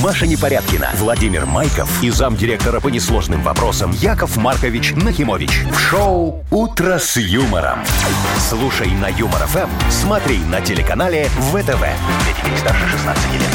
Маша Непорядкина, Владимир Майков и замдиректора по несложным вопросам Яков Маркович Нахимович. В шоу «Утро с юмором». Слушай на Юмор ФМ, смотри на телеканале ВТВ. Для детей старше 16 лет.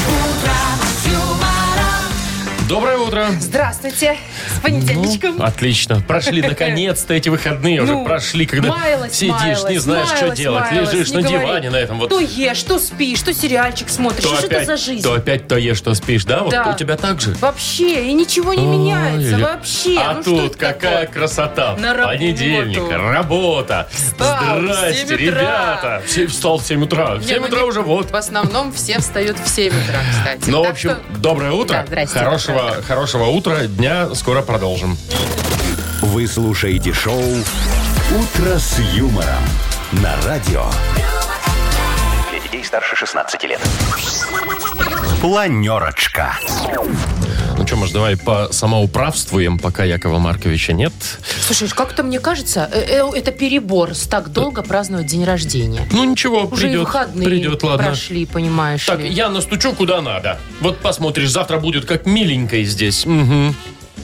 Доброе утро. Здравствуйте. С понедельничком. Отлично. Прошли наконец-то эти выходные. Уже прошли, когда сидишь, не знаешь, что делать. Лежишь на диване на этом. То ешь, то спишь, то сериальчик смотришь. Что это за жизнь? То опять то ешь, то спишь, да? Вот у тебя так же? Вообще. И ничего не меняется. Вообще. А тут какая красота. Понедельник, работа. Здрасте, ребята. Встал в 7 утра. В 7 утра уже вот. В основном все встают в 7 утра, кстати. Ну, в общем, доброе утро. Хорошего утра, дня. Скоро продолжим. Вы слушаете шоу «Утро с юмором» на радио. Для детей старше 16 лет. Планерочка. Ну что, может, давай самоуправствуем, пока Якова Марковича нет. Слушай, как-то мне кажется, это перебор так долго праздновать день рождения. Ну ничего, уже придет, и выходные ладно. Прошли, понимаешь Так, ли. я настучу куда надо. Вот посмотришь, завтра будет как миленькой здесь. Угу.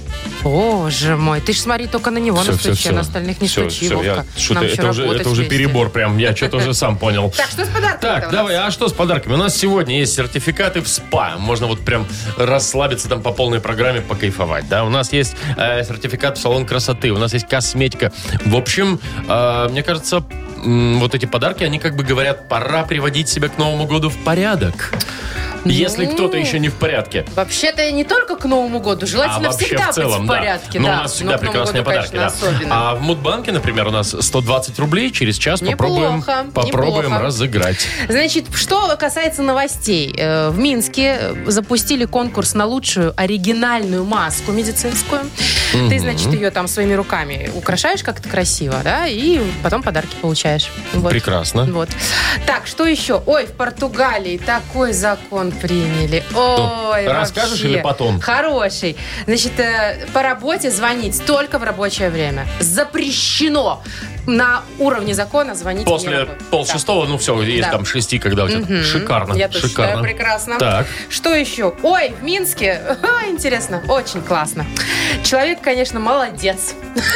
Боже мой, ты ж смотри только на него настучи, а на остальных не стучи, Вовка. Это уже перебор прям, я что-то уже сам понял. Так, что с подарками? Так, давай, а что с подарками? У нас сегодня есть сертификаты в СПА. Можно вот прям расслабиться там по полной программе, покайфовать, да. У нас есть сертификат в салон красоты, у нас есть косметика. В общем, мне кажется, вот эти подарки, они как бы говорят, пора приводить себя к Новому году в порядок. Если кто-то еще не в порядке. Вообще-то не только к Новому году. Желательно всегда в целом, быть в порядке. Да. Но у нас всегда прекрасные подарки. Конечно, да. А в Мудбанке, например, у нас 120 рублей. Через час попробуем разыграть. Значит, что касается новостей. В Минске запустили конкурс на лучшую оригинальную маску медицинскую. Ты, значит, ее там своими руками украшаешь как-то красиво, да, и потом подарки получаешь. Вот. Прекрасно. Вот. Так, что еще? Ой, в Португалии такой закон приняли. Ой, расскажешь вообще. или потом? Хороший. Значит, по работе звонить только в рабочее время. Запрещено на уровне закона звонить. После полшестого, ну все, есть там 6, когда у тебя. Шикарно. Я тоже считаю, прекрасно. Так. Что еще? Ой, в Минске. Интересно, очень классно. Человек, конечно, молодец.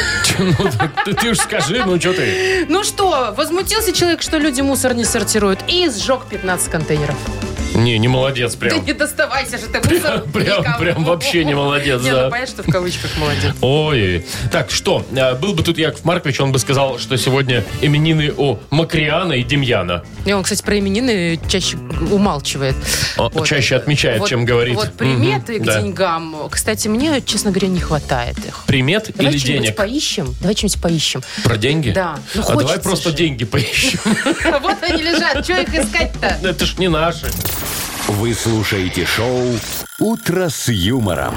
Ты уж скажи, ну что ты? Ну что, возмутился человек, что люди мусор не сортируют, и сжег 15 контейнеров. Не молодец прям. Ты не доставайся же, ты мусор. Прям вообще не молодец, да. Ну, понятно, что в кавычках молодец. Ой. Так, что? Был бы тут Яков Маркович, он бы сказал, что сегодня именины у Макриана и Демьяна. И он, кстати, про именины чаще умалчивает. Чаще отмечает, чем говорит. Вот приметы к деньгам. Кстати, мне, честно говоря, не хватает их. Примет или денег? Давай что-нибудь поищем. Про деньги? Да. А давай просто деньги поищем. Вот они лежат. Что их искать-то? Это ж не наши. Вы слушаете шоу «Утро с юмором»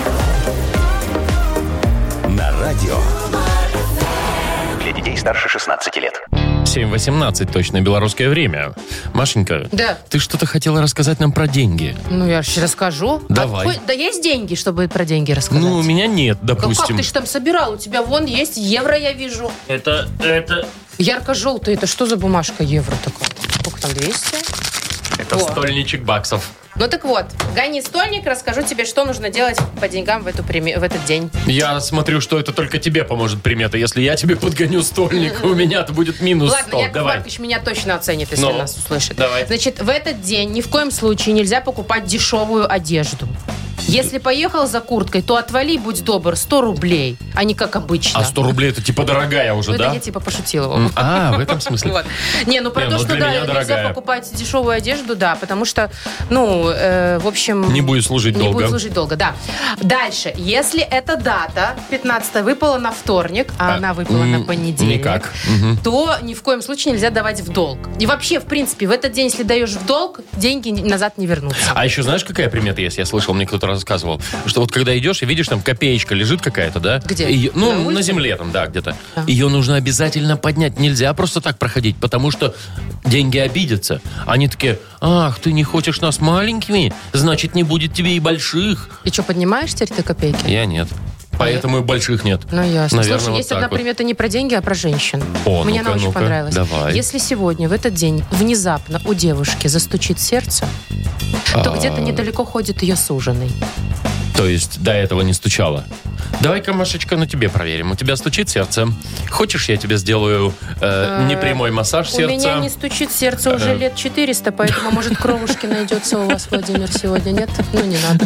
на радио. Для детей старше 16 лет. 7:18, точно белорусское время. Машенька, да. Ты что-то хотела рассказать нам про деньги? Ну, я же расскажу. Давай. Да есть деньги, чтобы про деньги рассказать? Ну, у меня нет, допустим. Как ты же там собирал? У тебя вон есть евро, я вижу. Это... Ярко-желтый. Это что за бумажка евро такая? Сколько там, 200? Это стольничек баксов. Ну так вот, гони стольник, расскажу тебе, что нужно делать по деньгам в этот день. Я смотрю, что это только тебе поможет примета. Если я тебе подгоню стольник, у меня-то будет минус 100. Ладно, Яков Маркович меня точно оценит, если нас услышит. Давай. Значит, в этот день ни в коем случае нельзя покупать дешевую одежду. Если поехал за курткой, то отвали, будь добр, 100 рублей, а не как обычно. А 100 рублей это типа дорогая уже, да? Это я типа пошутила. В этом смысле? Вот. Не, ну про то, что да, нельзя покупать дешевую одежду, да, потому что, в общем... Не будет служить долго. Не будет служить долго, да. Дальше, если эта дата, 15-я, выпала на вторник, а она выпала на понедельник, никак. то ни в коем случае нельзя давать в долг. И вообще, в принципе, в этот день, если даешь в долг, деньги назад не вернутся. А еще знаешь, какая примета есть? Я слышал, мне кто-то рассказывал, что вот когда идешь и видишь, там копеечка лежит какая-то, да? Где? На земле там, да, где-то. Ее нужно обязательно поднять. Нельзя просто так проходить, потому что деньги обидятся. Они такие: ах, ты не хочешь нас маленькими? Значит, не будет тебе и больших. И что, поднимаешь теперь ты копейки? Я нет. Поэтому и больших нет. Ну, ясно. Наверное, слушай, вот есть одна примета не про деньги, а про женщин. Мне она очень понравилась. Давай. Если сегодня, в этот день, внезапно у девушки застучит сердце, то где-то недалеко ходит ее суженый. То есть до этого не стучало. Давай-ка, Машечка, на тебе проверим. У тебя стучит сердце? Хочешь, я тебе сделаю непрямой массаж сердца? У меня не стучит сердце уже лет 400, поэтому, может, кровушки найдется у вас, Владимир, сегодня, нет? Ну, не надо.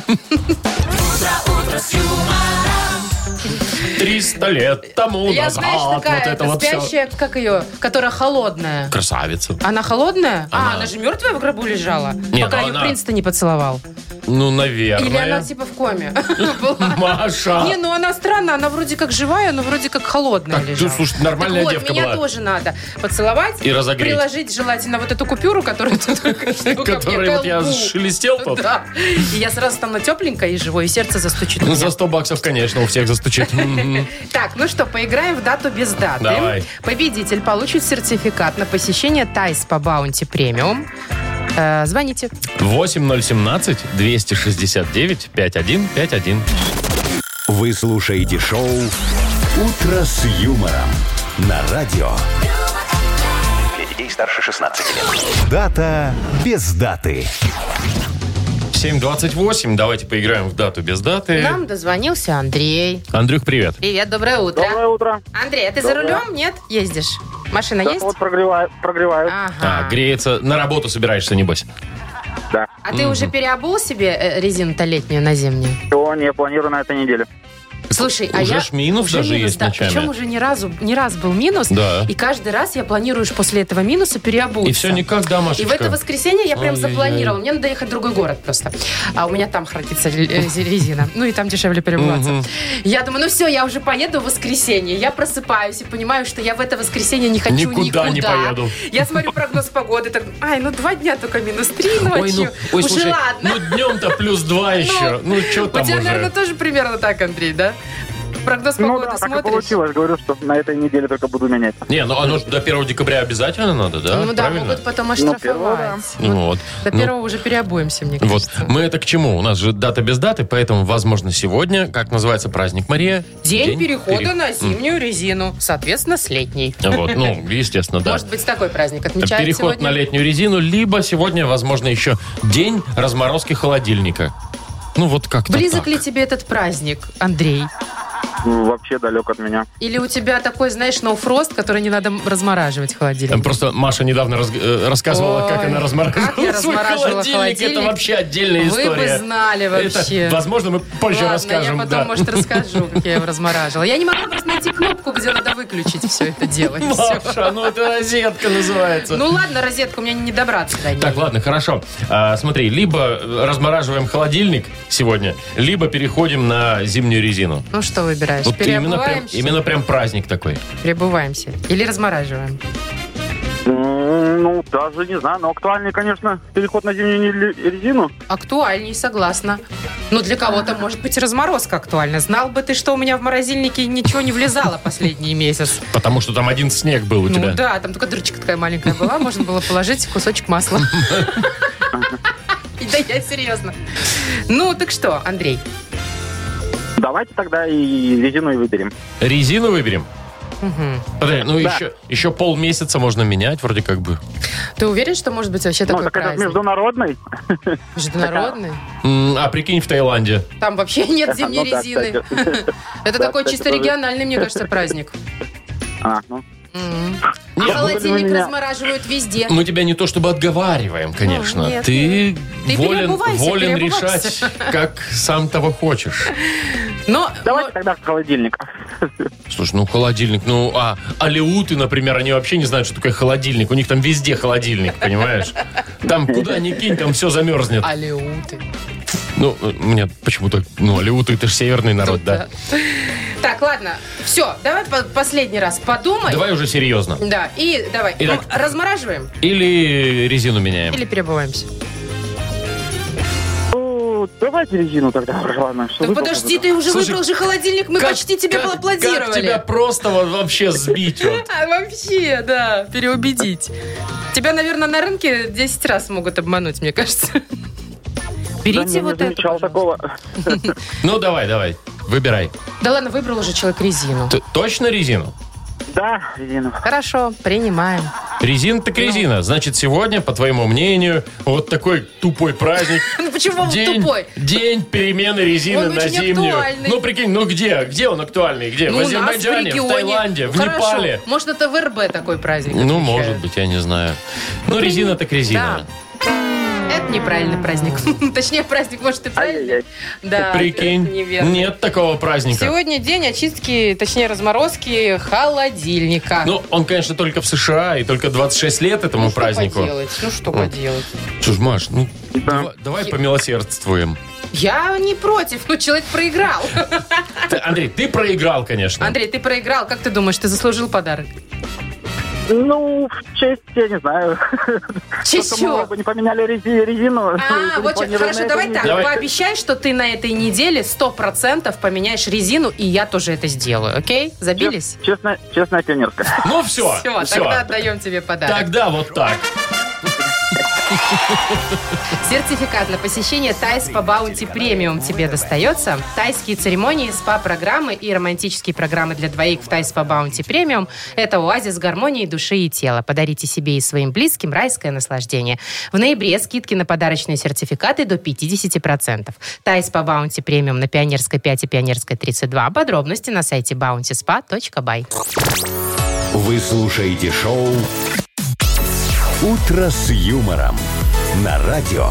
300 лет тому Я, назад. знаешь, такая вот это вот спящая, как ее, которая холодная. Красавица. Она холодная? Она- Она же мертвая в гробу лежала? Не, пока ну ее она- принц-то не поцеловал. Ну, наверное. Или она типа в коме была? Маша. Не, ну она странная, она вроде как живая, но вроде как холодная Так, лежала. слушай, нормальная Так вот, девка меня была. тоже надо поцеловать. И разогреть. Приложить желательно вот эту купюру, которую тут Который вот я шелестел тут. Да. И я сразу стану тепленькая и живой, и сердце застучит. у Ну, меня. за 100 баксов, конечно, у всех застучит. Мгм. Так, ну что, поиграем в дату без даты. Давай. Победитель получит сертификат на посещение Тайс по Баунти Премиум. Звоните. 8017-269-5151. Вы слушаете шоу «Утро с юмором» на радио. Для детей старше 16 лет. Дата без даты. 7:28. Давайте поиграем в дату без даты. Нам дозвонился Андрей. Андрюх, привет. Привет, доброе утро. Доброе утро. Андрей, а ты за рулем, нет? Ездишь? Машина Сейчас есть? вот прогреваю. Ага. Греется. На работу собираешься, небось? Да. А ты уже переобул себе резину-то летнюю на зимнюю? Все, не планирую на этой неделе. Слушай, Уже ж минус даже есть ночами. Причем уже не раз был минус. Да. И каждый раз я планирую после этого минуса переобуться. И все никак, да, Машечка? И в это воскресенье я прям Ой-ой-ой. запланировала. Мне надо ехать в другой город просто. А у меня там хранится резина. Ну и там дешевле переобуваться. Я думаю, ну все, я уже поеду в воскресенье. Я просыпаюсь и понимаю, что я в это воскресенье не хочу Никуда не поеду. Я смотрю прогноз погоды. Так, ну 2 дня только -3 ночью. Ой, Уже слушай, ладно. ну днем-то +2 еще. Ну, что У там тебя, наверное, уже? тоже примерно так, Андрей, да? Прогноз Ну погоды да, так и смотришь? получилось. Говорю, что на этой неделе только буду менять. Не, ну оно же до 1 декабря обязательно надо, да? Ну да, Правильно? могут потом первого, оштрафовать. Вот. До Ну, первого уже переобуемся, мне Вот, кажется. мы это к чему? У нас же дата без даты, поэтому, возможно, сегодня, как называется праздник, Мария? День перехода на зимнюю резину, соответственно, с летней. Вот, ну, естественно, да. Может быть, такой праздник отмечают Переход сегодня? на летнюю резину, либо сегодня, возможно, еще день разморозки холодильника. Ну, вот как-то Близок так. ли тебе этот праздник, Андрей? Вообще далек от меня. Или у тебя такой, знаешь, ноу-фрост, который не надо размораживать холодильник? Просто Маша недавно рассказывала, как Ой, она размораживала как я свой размораживала холодильник. Это холодильник. вообще отдельная история. Вы бы знали вообще. Это, возможно, мы позже Ладно, расскажем. я потом, да. может, расскажу, как я его размораживала. Я не могу просто найти кнопку, где надо выключить все это дело. и всё. Маша, ну это розетка называется. Ну ладно, розетку, мне не добраться до нее. Так, ладно, хорошо. Смотри, либо размораживаем холодильник сегодня, либо переходим на зимнюю резину. Ну что выбираешь? Вот Переобуваемся? именно прям праздник такой. Переобуваемся. Или размораживаем? Ну, даже не знаю, но актуальный, конечно, переход на зимнюю резину. Актуальней, согласна. Но для кого-то, может быть, и разморозка актуальна. Знал бы ты, что у меня в морозильнике ничего не влезало последний месяц. Потому что там один снег был у Ну тебя. да, там только дырочка такая маленькая была, можно было положить кусочек масла. Да я серьезно. Ну, так что, Андрей? Давайте тогда и резину и выберем. Резину выберем? Мгм. Подожди, ну Да. еще полмесяца можно менять, вроде как бы. Ты уверен, что может быть вообще Ну, такой так это праздник? международный. Международный? А прикинь, в Таиланде. Там вообще нет зимней Ну да, резины. кстати. Это Да, такой кстати, чисто тоже. региональный, мне кажется, праздник. Ну. М. Нет, А холодильник меня- размораживают везде. Мы тебя не то чтобы отговариваем, конечно. нет, Ты Ты волен переобувайся. решать, как сам того хочешь. Но Давайте тогда в холодильник. Слушай, ну холодильник, алеуты, например, они вообще не знают, что такое холодильник. У них там везде холодильник, понимаешь? Там куда ни кинь, там все замерзнет. алеуты. Ну, мне почему-то, алеуты, это же северный народ, да. Так, ладно. Все, давай последний раз подумай. Давай уже серьезно. Да, и давай. Итак. Размораживаем Или резину меняем. или переобуваемся? Ну, давайте резину тогда. Ладно, что Так выбрал, подожди, выбрал. ты уже Слушай, выбрал же холодильник, мы почти тебе Как поаплодировали. тебя просто вообще сбить? Вот? А, вообще, да, переубедить. Тебя, наверное, на рынке 10 раз могут обмануть, мне кажется. Да, Берите не вот это, замечал пожалуйста. такого. Ну, давай, выбирай. Да ладно, выбрал уже человек резину. Точно резину? Да, резину. Хорошо, принимаем. Резина так резина. Значит, сегодня, по твоему мнению, вот такой тупой праздник. Ну почему он тупой? День перемены резины Он на очень зимнюю. актуальный. Ну, прикинь, ну где? Где он актуальный? Где? Ну, В у нас, Азербайджане, в регионе. Таиланде, в Хорошо. Непале. Может, это в РБ такой праздник Ну, отмечают. может быть, я не знаю. Ну, резина так резина. Это неправильный праздник. Точнее, праздник, может, и правильный. Ай-яй-яй. Да, Прикинь, это неверно. нет такого праздника. Сегодня день очистки, точнее, разморозки холодильника. Ну, он, конечно, только в США и только 26 лет этому празднику. Что поделать? Слушай, Маш, ну, давай помилосердствуем. Я не против, но человек проиграл. Андрей, ты проиграл, конечно. Андрей, ты проиграл. Как ты думаешь, ты заслужил подарок? Ну, в честь, я не знаю. Честь Просто мы чего? как бы не поменяли резину. Вот что. Хорошо, давай так. Давай. Пообещай, что ты на этой неделе 100% поменяешь резину, и я тоже это сделаю, окей? Забились? Честная пионерская. Ну, все. Все, тогда отдаем тебе подарок. Тогда вот так. Сертификат на посещение Тайс по Баунти Премиум тебе достается. Тайские церемонии, СПА-программы и романтические программы для двоих в Тайс по Баунти Премиум – это оазис гармонии души и тела. Подарите себе и своим близким райское наслаждение. В ноябре скидки на подарочные сертификаты до 50%. Тайс по Баунти Премиум на Пионерской 5 и Пионерской 32. Подробности на сайте bountyspa.by. Вы слушаете шоу «Утро с юмором» на радио.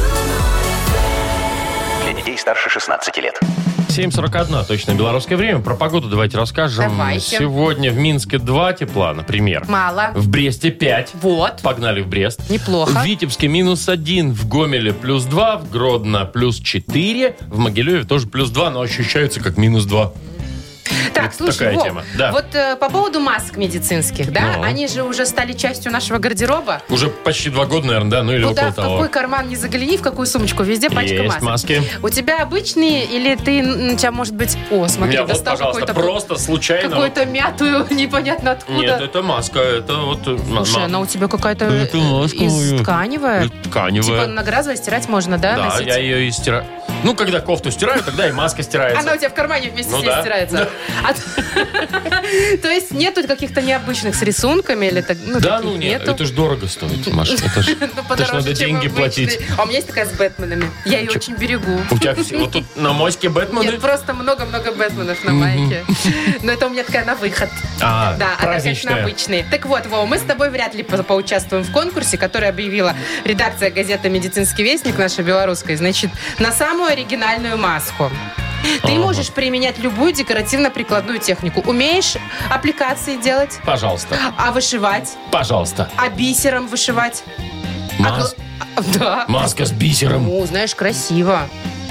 Для детей старше 16 лет. 7:41, точно белорусское время. Про погоду давайте расскажем. Давайте. Сегодня в Минске 2 тепла, например. Мало. В Бресте 5. Вот. Погнали в Брест. Неплохо. В Витебске -1, в Гомеле +2, в Гродно +4, в Могилеве тоже +2, но ощущаются как -2. Так, Вот слушай, такая Вов, тема. Да. вот по поводу масок медицинских, да, Ну. они же уже стали частью нашего гардероба. Уже почти 2 года, наверное, да? Ну или Куда, около в того. какой карман не загляни, в какую сумочку, везде пачка Есть масок. маски. У тебя обычные или ты, у тебя может быть... О, У смотри, меня вот, достал пожалуйста, какой-то... просто случайно... Какую-то мятую, непонятно откуда. Нет, это маска, это вот... Слушай, она у тебя какая-то Это маска из моя. тканевая. Тканевая. Типа награзовая стирать можно, да, Да, носить? я ее и стираю. Ну, когда кофту стираю, тогда и маска стирается. Она у тебя в кармане вместе Ну с ней да. стирается. То есть нету каких-то необычных с рисунками или так? Ну, Да, таких ну нет, нету? это ж дорого стоит, Маша. Это ж Ну, подороже, надо чем деньги обычный. платить. А у меня есть такая с Бэтменами. Я ее очень берегу. У тебя вот тут на моське Бэтмены? Нет, просто много-много Бэтменов на майке. Но это у меня такая на выход. А, Да, а так, конечно, праздничная. обычные. Так вот, Вова, мы с тобой вряд ли поучаствуем в конкурсе, который объявила редакция газеты «Медицинский вестник» наша белорусская. Значит, на самую оригинальную маску. Ты можешь применять любую декоративно-прикладную технику. Умеешь аппликации делать? Пожалуйста. А вышивать? Пожалуйста. А бисером вышивать? Мас- Да. Маска с бисером. Ну, знаешь, красиво.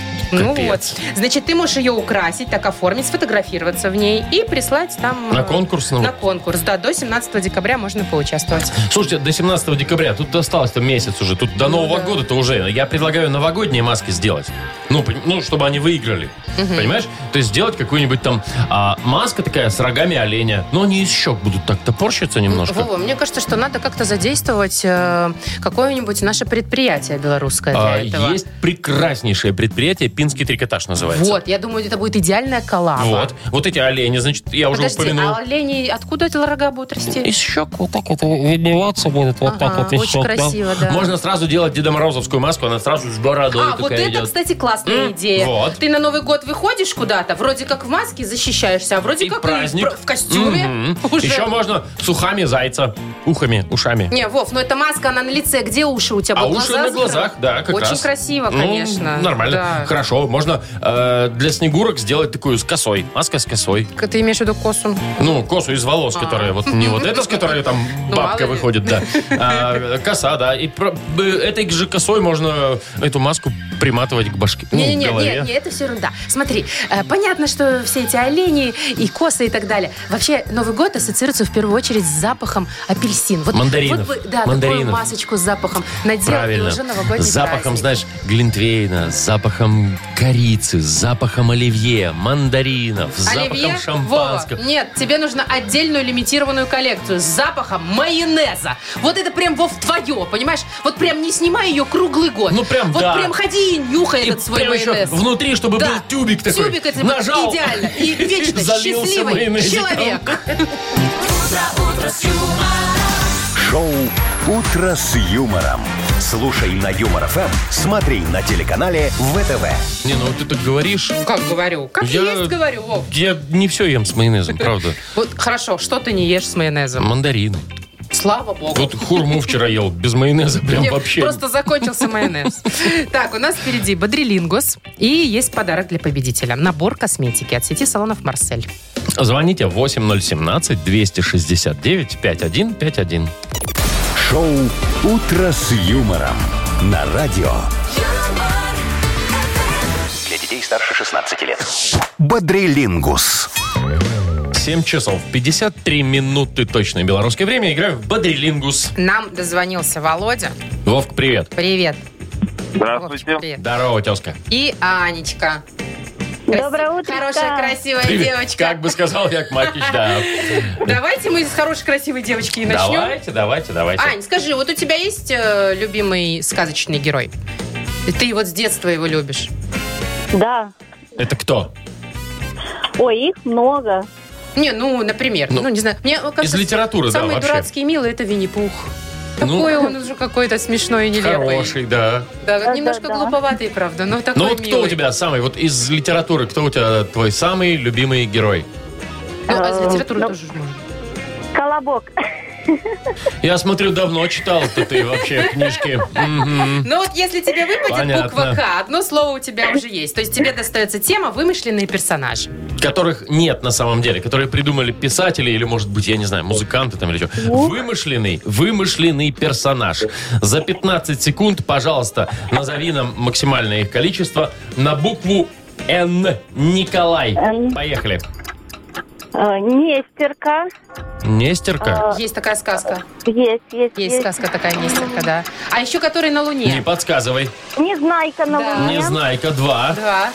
Ну Капец. вот. Значит, ты можешь ее украсить, так оформить, сфотографироваться в ней и прислать там... На конкурс? Ну? На конкурс, да. До 17 декабря можно поучаствовать. Слушайте, до 17 декабря, тут осталось-то месяц уже, тут до Нового да. года-то уже. Я предлагаю новогодние маски сделать. Ну, чтобы они выиграли. Понимаешь? То есть сделать какую-нибудь там маска такая с рогами оленя. Но они из щек будут так топорщиться немножко. Вова, мне кажется, что надо как-то задействовать какое-нибудь наше предприятие белорусское для этого. Есть прекраснейшее предприятие, Пинский трикотаж называется. Вот, я думаю, это будет идеальная коллаба. Вот эти олени, значит, я уже Подожди, упомянул. а олени, откуда эти рога будут расти? Из щек. Вот так вот выбиваться будет, вот так Ага, вот из очень щек, да. красиво, да. Можно сразу делать Деда Морозовскую маску, она сразу с бородой А, такая вот это, идет. кстати, классная идея. Вот. Ты на Новый год выходишь куда-то, вроде как в маске защищаешься, а вроде И как праздник. и в костюме. Уже. Еще можно с ухами зайца. Ухами, ушами. Не, Вов, но эта маска, она на лице. Где уши у тебя? А Вот уши на глазах, закрыты? да, как Очень раз. красиво, Ну, конечно. нормально. Да. Хорошо. Можно для снегурок сделать такую с косой. Маска с косой. Ты имеешь в виду косу? Ну, косу из волос, которая вот не вот эта, с которой там Ну, бабка мало ли. выходит, да. Коса, да. И этой же косой можно эту маску приматывать к башке. Ну, к Не, голове. это все ерунда. Смотри, понятно, что все эти олени и косы и так далее. Вообще, Новый год ассоциируется в первую очередь с запахом апельсин. Вот, Мандаринов. Вот бы, да, Мандаринов. такую масочку с запахом надел, и Правильно. уже новогодний С запахом, праздник. знаешь, глинтвейна, с запахом корицы, с запахом оливье, мандаринов, с Оливье? запахом шампанского. Вова, нет, тебе нужно отдельную лимитированную коллекцию с запахом майонеза. Вот это прям, Вов, твое, понимаешь? Вот прям не снимай ее круглый год. Ну, прям, вот да. прям ходи и нюхай И этот свой прям еще майонез. внутри, чтобы Да. был тюбик такой. Тюбик это Нажал. идеально. И вечно Залился счастливый майонезиком. человек. Шоу «Утро с юмором». Слушай на Юмор ФМ, смотри на телеканале ВТВ. Не, ну ты так говоришь. Как говорю? Как есть говорю, Вов. Я не все ем с майонезом, правда. Вот хорошо, что ты не ешь с майонезом? Мандарины. Слава богу. Вот хурму вчера ел без майонеза, прям Мне вообще. просто закончился майонез. Так, у нас впереди бодрилингус. И есть подарок для победителя. Набор косметики от сети салонов «Марсель». Звоните 8017-269-5151. Шоу «Утро с юмором» на радио. Для детей старше 16 лет. Бодрилингус. 7 часов 53 минуты точное белорусское время. Играем в бодрилингус. Нам дозвонился Володя. Вовк, привет. Привет. Здравствуйте. Вовчик, привет. Здорово, тезка. И Анечка. Доброе утро. Хорошая, красивая Привет. девочка. Как бы сказал Яков Маркович, да. Давайте мы с хорошей, красивой девочки и начнем. Давайте. Ань, скажи, вот у тебя есть любимый сказочный герой? И ты вот с детства его любишь? Да. Это кто? Ой, их много. Не, ну, например, Ну, не знаю. Мне кажется, из литературы, да, самый вообще. дурацкий и милый — это Винни-Пух. Ну, Такой он уже какой-то смешной и нелепый. Хороший, да. Да, немножко да. глуповатый, правда, но такой Ну вот милый. кто у тебя самый, вот из литературы, кто у тебя твой самый любимый герой? Ну, а из литературы Ну, тоже можно. Колобок. Я смотрю, давно читал-то ты вообще книжки. Мгм. Ну вот если тебе выпадет Понятно. буква К, одно слово у тебя уже есть. То есть тебе достается тема «Вымышленные персонажи». Которых нет на самом деле, которые придумали писатели или, может быть, я не знаю, музыканты там или что. Вымышленный персонаж. За 15 секунд, пожалуйста, назови нам максимальное их количество на букву Н. Николай. Н. Поехали. Нестерка. Нестерка. Есть такая сказка. Есть. Сказка такая Нестерка, да. А еще который на Не Луне. подсказывай. Незнайка на Да. Луне. Незнайка 2. Да.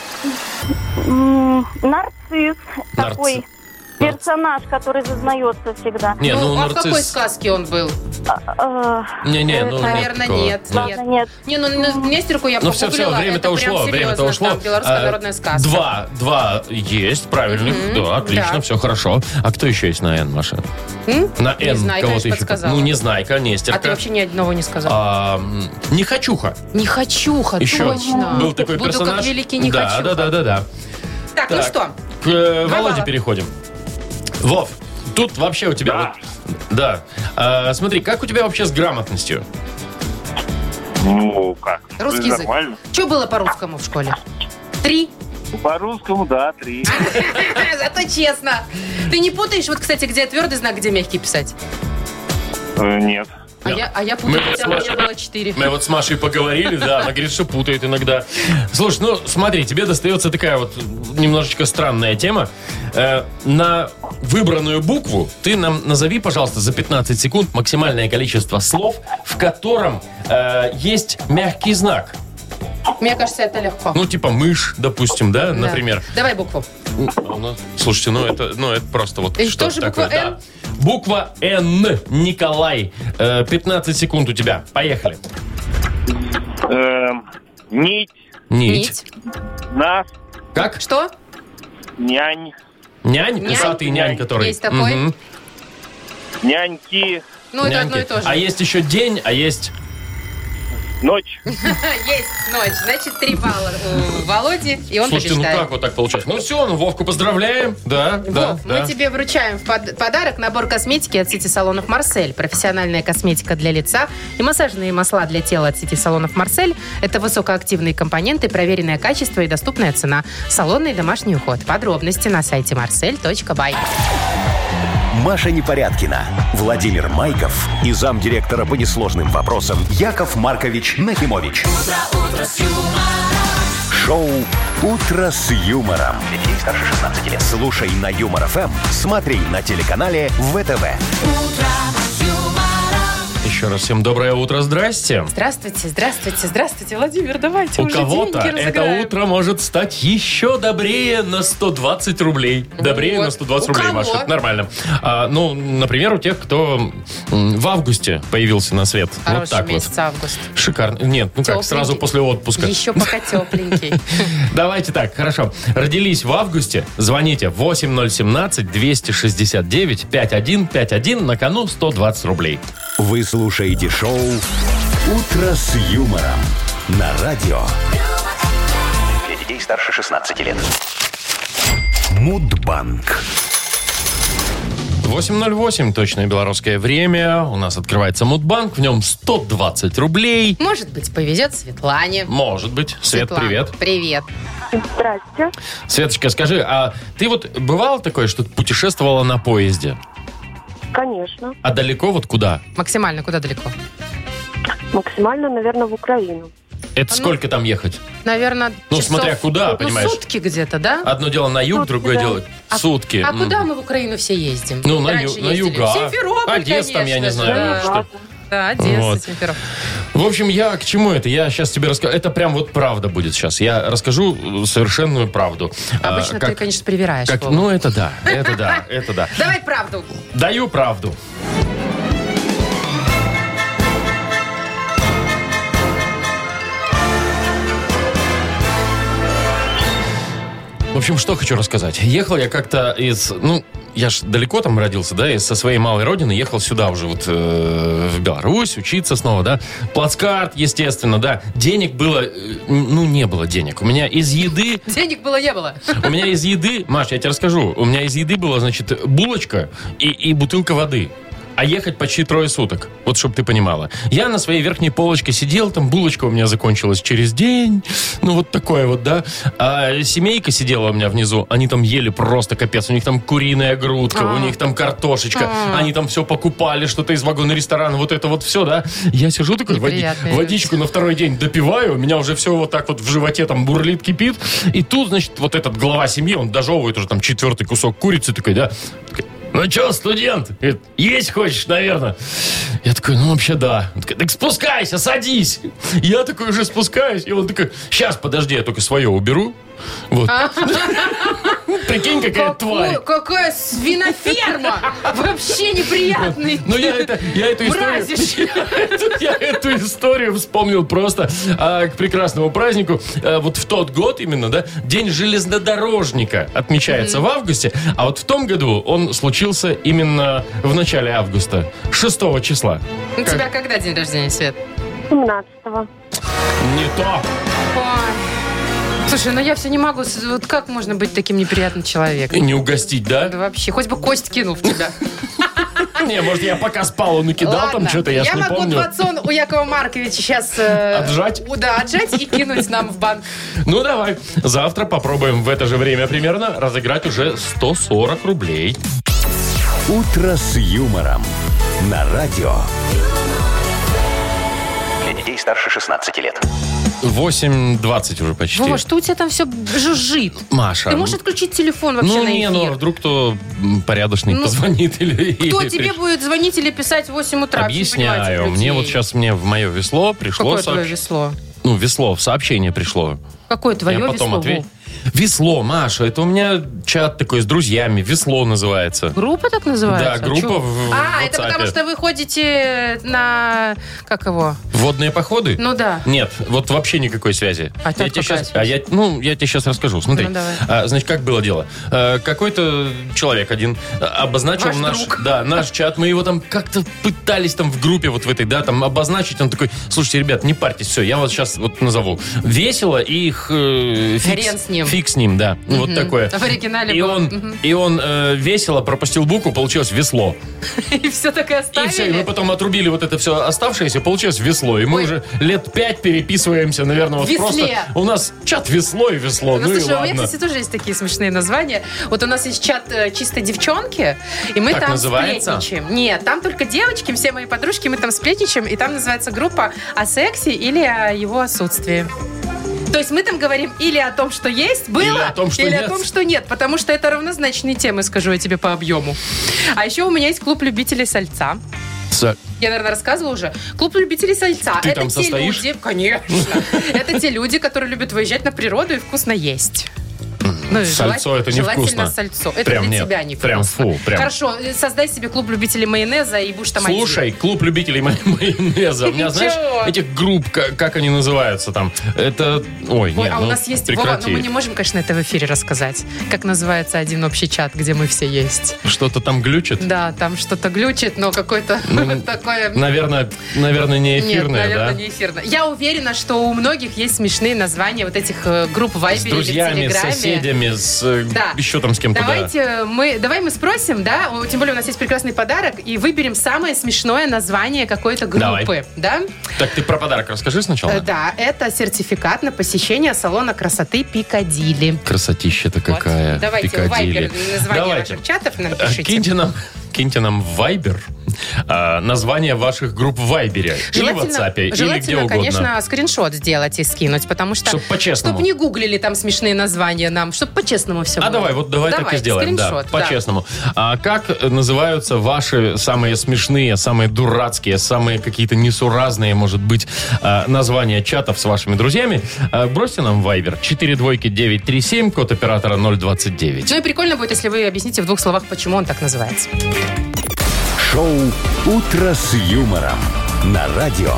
Нарцисс. Такой персонаж, который зазнается всегда. Не, ну, а в какой нарцисс. сказке он был? Не, ну Наверное, такого. нет. Ладно, нет. Не, ну Нестерку я Ну все, погуглила. время-то это ушло, прям время-то серьезно, ушло. там белорусская народная сказка. Два есть, правильных. Да, отлично, да. все хорошо. А кто еще есть на Н, Маша? На Н Незнайка, кого-то конечно, еще? подсказала. Ну, Незнайка, Нестерка. А ты вообще ни одного не сказал. Нехочуха. Нехочуха, Еще точно. был такой Буду персонаж. как великий Нехочуха. Да. Так, ну Так. что? К Володе балла. переходим. Вов, тут вообще у тебя... Да. вот- да. Смотри, как у тебя вообще с грамотностью? Ну, как? Русский язык. Нормально. Что было по-русскому в школе? 3? По-русскому, да, 3. Зато честно. Ты не путаешь, вот, кстати, где твердый знак, где мягкий писать? Нет. А я путаю, Мы вот хотя с бы Машей- мне было 4. Мы вот с Машей поговорили, да, она говорит, что путает иногда. Слушай, ну смотри, тебе достается такая вот немножечко странная тема. На выбранную букву ты нам назови, пожалуйста, за 15 секунд максимальное количество слов, в котором есть мягкий знак. Мне кажется, это легко. Ну, типа мышь, допустим, да, Да. например. Давай букву. Слушайте, это просто вот И что тоже такое. буква Да. «Н»? Буква Н. Николай. 15 секунд у тебя. Поехали. Нить, Нить. нас, Как? Что? нянь, Нянь? Усатый нянь, который. Есть такой. Мгм. няньки, Ну, это Няньки. одно и то же. А есть еще день, а есть... ночь. Есть ночь. Значит, 3 балла у Володи, и он Слушайте, побеждает. ну как вот так получается? Ну все, Вовку поздравляем. Да, да, Вов, да. мы тебе вручаем в подарок набор косметики от сети салонов «Марсель». Профессиональная косметика для лица и массажные масла для тела от сети салонов «Марсель». Это высокоактивные компоненты, проверенное качество и доступная цена. Салонный и домашний уход. Подробности на сайте marsel.by. Маша Непорядкина, Владимир Майков и замдиректора по несложным вопросам Яков Маркович Нахимович. Шоу «Утро с юмором». Для детей старше 16 лет. Слушай на Юмор ФМ, смотри на телеканале ВТВ. Еще раз всем доброе утро, здрасте. Здравствуйте, здравствуйте, здравствуйте, Владимир, давайте У уже кого-то деньги это разыграем. утро может стать еще добрее на 120 рублей. Добрее Вот. на 120 У рублей, кого? Маша, это нормально. Ну, например, у тех, кто в августе появился на свет. Хороший вот так месяц вот. август. Шикарно. Нет, ну как, Тепленький. сразу после отпуска. Еще пока тепленький. Давайте так, хорошо. Родились в августе, звоните 8017-269-5151, на кону 120 рублей. Вы слушаете шоу «Утро с юмором» на радио. Для детей старше 16 лет. Мудбанк. 8:08, точное белорусское время. У нас открывается Мудбанк, в нем 120 рублей. Может быть, повезет Светлане. Может быть. Свет, Светлана, привет. Привет. Здрасте. Светочка, скажи, а ты вот бывало такое, что путешествовала на поезде? Конечно. А далеко вот куда? Максимально куда далеко? Максимально, наверное, в Украину. Это сколько там ехать? Наверное, Ну, часов, смотря куда, понимаешь. сутки где-то, да? Одно дело на юг, Сутки, другое да. дело сутки. А куда мы в Украину все ездим? Ну, на Раньше на ездили. юга. В Симферополь, Одесса там, я не конечно, знаю. да. Что. Да, Одесса, Вот. Симферополь. В общем, я к чему это? Я сейчас тебе расскажу. Это прям вот правда будет сейчас. Я расскажу совершенную правду. Обычно ты, конечно, привираешь. Вова. Ну, это да, это да, это да. Давай правду. Даю правду. В общем, что хочу рассказать. Ехал я как-то из... Ну, я ж далеко там родился, да, и со своей малой родины ехал сюда уже вот в Беларусь учиться снова, да. Плацкарт, естественно, да. Денег было... Ну, не было денег. У меня из еды... Денег было, не было. У меня из еды... Маш, я тебе расскажу. У меня из еды была, значит, булочка и бутылка воды. А ехать почти 3 суток. Вот, чтобы ты понимала. Я на своей верхней полочке сидел, там булочка у меня закончилась через день. Ну, вот такое вот, да. А семейка сидела у меня внизу. Они там ели просто капец. У них там куриная грудка, у них там картошечка. Они там все покупали, что-то из вагона ресторана. Вот это вот все, да. Я сижу такой, Неприятные водичку на второй день допиваю. У меня уже все вот так вот в животе там бурлит, кипит. И тут, значит, вот этот глава семьи, он дожевывает уже там 4-й кусок курицы такой, да. Ну что, студент? Говорит, есть хочешь, наверное? Я такой, ну вообще да. Он такой, так спускайся, садись. Я такой уже спускаюсь. И он такой, сейчас, подожди, я только свое уберу. Вот. Прикинь, какая тварь. Какая свиноферма! Вообще неприятный. Ну, я эту историю... Я эту историю вспомнил просто к прекрасному празднику. Вот в тот год именно, да, День железнодорожника отмечается в августе, а вот в том году он случился именно в начале августа, 6 числа. У тебя когда день рождения, Свет? 17-го. Не то. Ой. Слушай, ну я все не могу. Вот как можно быть таким неприятным человеком? Не угостить, да? Да вообще, хоть бы кость кинул в тебя. Не, может, я пока спал, он накидал там Ладно, что-то, я ж не могу помню. 20 у Якова Марковича сейчас... Отжать? Да, отжать и кинуть нам в банк. Ну, давай. Завтра попробуем в это же время примерно разыграть уже 140 рублей. «Утро с юмором» на радио. Для детей старше 16 лет. 8:20 уже почти. Вова, что у тебя там все жужжит? Маша. Ты можешь отключить телефон вообще Ну, на не, эфир? ну, вдруг кто порядочный Ну, позвонит или... Кто или тебе приш- будет звонить или писать в 8 утра? Вообще не понимаю Объясняю. этих Мне людей. вот сейчас в мое весло пришло... Какое твое весло? Ну, весло, сообщение пришло. Какое твое Я потом весло? ответил. Вов? Весло, Маша, это у меня чат такой с друзьями. Весло называется. Группа так называется? Да, группа Чё? в это WhatsApp. потому что вы ходите на... Как его? Водные походы? Ну да. Нет, вот вообще никакой связи. А тут тебе какая щас, связь? я тебе сейчас расскажу. Смотри. Ну, давай. Значит, как было дело? Какой-то человек один обозначил Ваш друг. наш чат. Мы его там как-то пытались там в группе вот в этой, да, там обозначить. Он такой, слушайте, ребят, не парьтесь, все, я вас сейчас вот назову. Весело и Хрен с ним. Фиг с ним, да. Вот такое. В оригинале И было. он весело пропустил букву, получилось весло. И все так и И оставили? все, и мы потом отрубили вот это все оставшееся, получилось весло. И мы Ой. уже лет 5 переписываемся, наверное, вот Весле. просто... У нас чат весло и весло, Ну, ну и слушай, у меня, ладно. кстати, тоже есть такие смешные названия. Вот у нас есть чат чисто девчонки, и мы Так там называется? сплетничаем. Нет, там только девочки, все мои подружки, мы там сплетничаем, и там называется группа о сексе или о его отсутствии. То есть мы там говорим или о том, что есть, было, Или о том, что нет. о том, что нет. Потому что это равнозначные темы, скажу я тебе, по объему. А еще у меня есть клуб любителей сальца. Я, наверное, рассказывала уже. Клуб любителей сальца. Ты это там те состоишь? люди, конечно. Это те люди, которые любят выезжать на природу и вкусно есть. Ну, Сальцо это желательно невкусно. сальцо. Это Прям для нет. тебя невкусно. Прям фу, прям. Хорошо, создай себе клуб любителей майонеза и будешь там Слушай, клуб любителей майонеза. У меня, знаешь, Чего? этих групп, как они называются там? Это... Ой, один. Ой, нет, а у ну, нас есть... Вова, прекрати. но мы не можем, конечно, это в эфире рассказать. Как называется один общий чат, где мы все есть. Что-то там глючит? Да, там что-то глючит, но какое-то такое... Наверное, не Нет, эфирное, наверное, да? не эфирное. Я уверена, что у многих есть смешные названия вот этих групп в С Вайбере или в друзьями, с Телеграме. соседями, с Да. еще там с кем-то, да. Давай мы спросим, да, тем более у нас есть прекрасный подарок, и выберем самое смешное название какой-то группы, Давай. да? Так, ты про подарок расскажи сначала. Да, это сертификат на посещение салона красоты Пикадилли. Красотища-то какая. Вот. Давайте в Пикадилли. Вайбер название Давайте. ваших чатов нам пишите. Киньте нам в Вайбер название ваших групп в Вайбере. Или в WhatsApp, или где желательно, угодно. конечно, скриншот сделать и скинуть, потому что... Чтоб по-честному. Чтоб не гуглили там смешные названия нам, чтоб по-честному все было. Давай так и сделаем, да, скриншот, по-честному. А как называются ваши самые смешные, самые дурацкие, самые какие-то несуразные, может быть, названия чатов с вашими друзьями? Бросьте нам в Viber 42937, код оператора 029. Ну и прикольно будет, если вы объясните в 2 словах, почему он так называется. Шоу «Утро с юмором» на радио.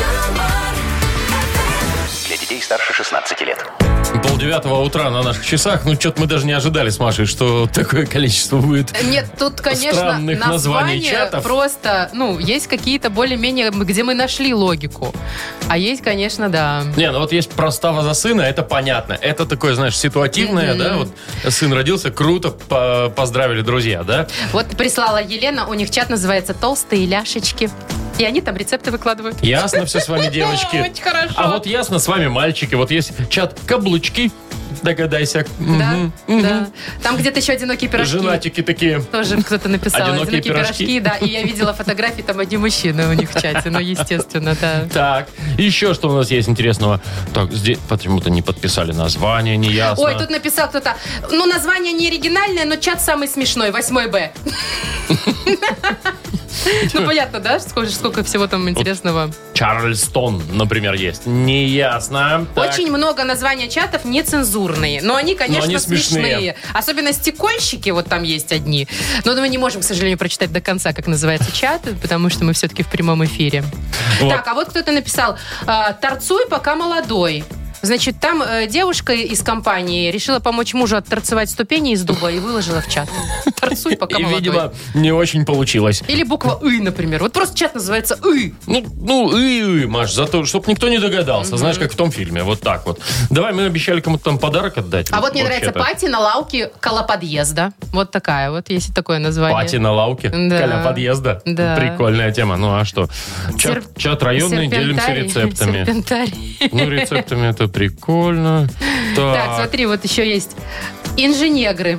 Для детей старше 16 лет. 8:30 утра на наших часах. Ну, что-то мы даже не ожидали с Машей, что такое количество будет. Нет, тут, конечно, странных названий названия чатов. просто, есть какие-то более-менее, где мы нашли логику. А есть, конечно, да. Не, ну вот есть простава за сына, это понятно. Это такое, знаешь, ситуативное, да, вот сын родился, круто, поздравили друзья, да? Вот прислала Елена, у них чат называется «Толстые ляшечки». И они там рецепты выкладывают. Ясно все с вами, девочки. Очень хорошо. А вот ясно с вами, мальчики. Вот есть чат «Каблучки», догадайся. Да, Мгм. да. Там где-то еще «Одинокие пирожки». Женатики такие. Тоже кто-то написал. «Одинокие пирожки». да. И я видела фотографии, там одни мужчины у них в чате. Ну, естественно, да. Так, еще что у нас есть интересного? Так, здесь почему-то не подписали название, не ясно. Ой, тут написал кто-то, название не оригинальное, но чат самый смешной, 8Б. Ну, понятно, да, сколько всего там интересного. Чарльстон, например, есть. Неясно. Так. Очень много названий чатов нецензурные, но они, конечно, они смешные. смешные. Особенно стекольщики, вот там есть одни. Но мы не можем, к сожалению, прочитать до конца, как называется чат, потому что мы все-таки в прямом эфире. Вот. Так, а вот кто-то написал, торцуй, пока молодой. Значит, там девушка из компании решила помочь мужу отторцевать ступени из дуба и выложила в чат. Торцуй, пока И, молодой. видимо, не очень получилось. Или буква «ы», например. Вот просто чат называется «ы». Маш, зато, чтобы никто не догадался. Знаешь, как в том фильме, вот так вот. Давай, мы обещали кому-то там подарок отдать. А вот мне нравится вообще-то. пати на лауке около подъезда. Вот такая вот, есть и такое название. Пати на лауке, Да. коля подъезда. Да. Прикольная тема. Ну а что? Чат районный, делимся Серпентарий. рецептами. Серпентарий. Ну, рецептами это прикольно. Так, смотри, вот еще есть инженегры.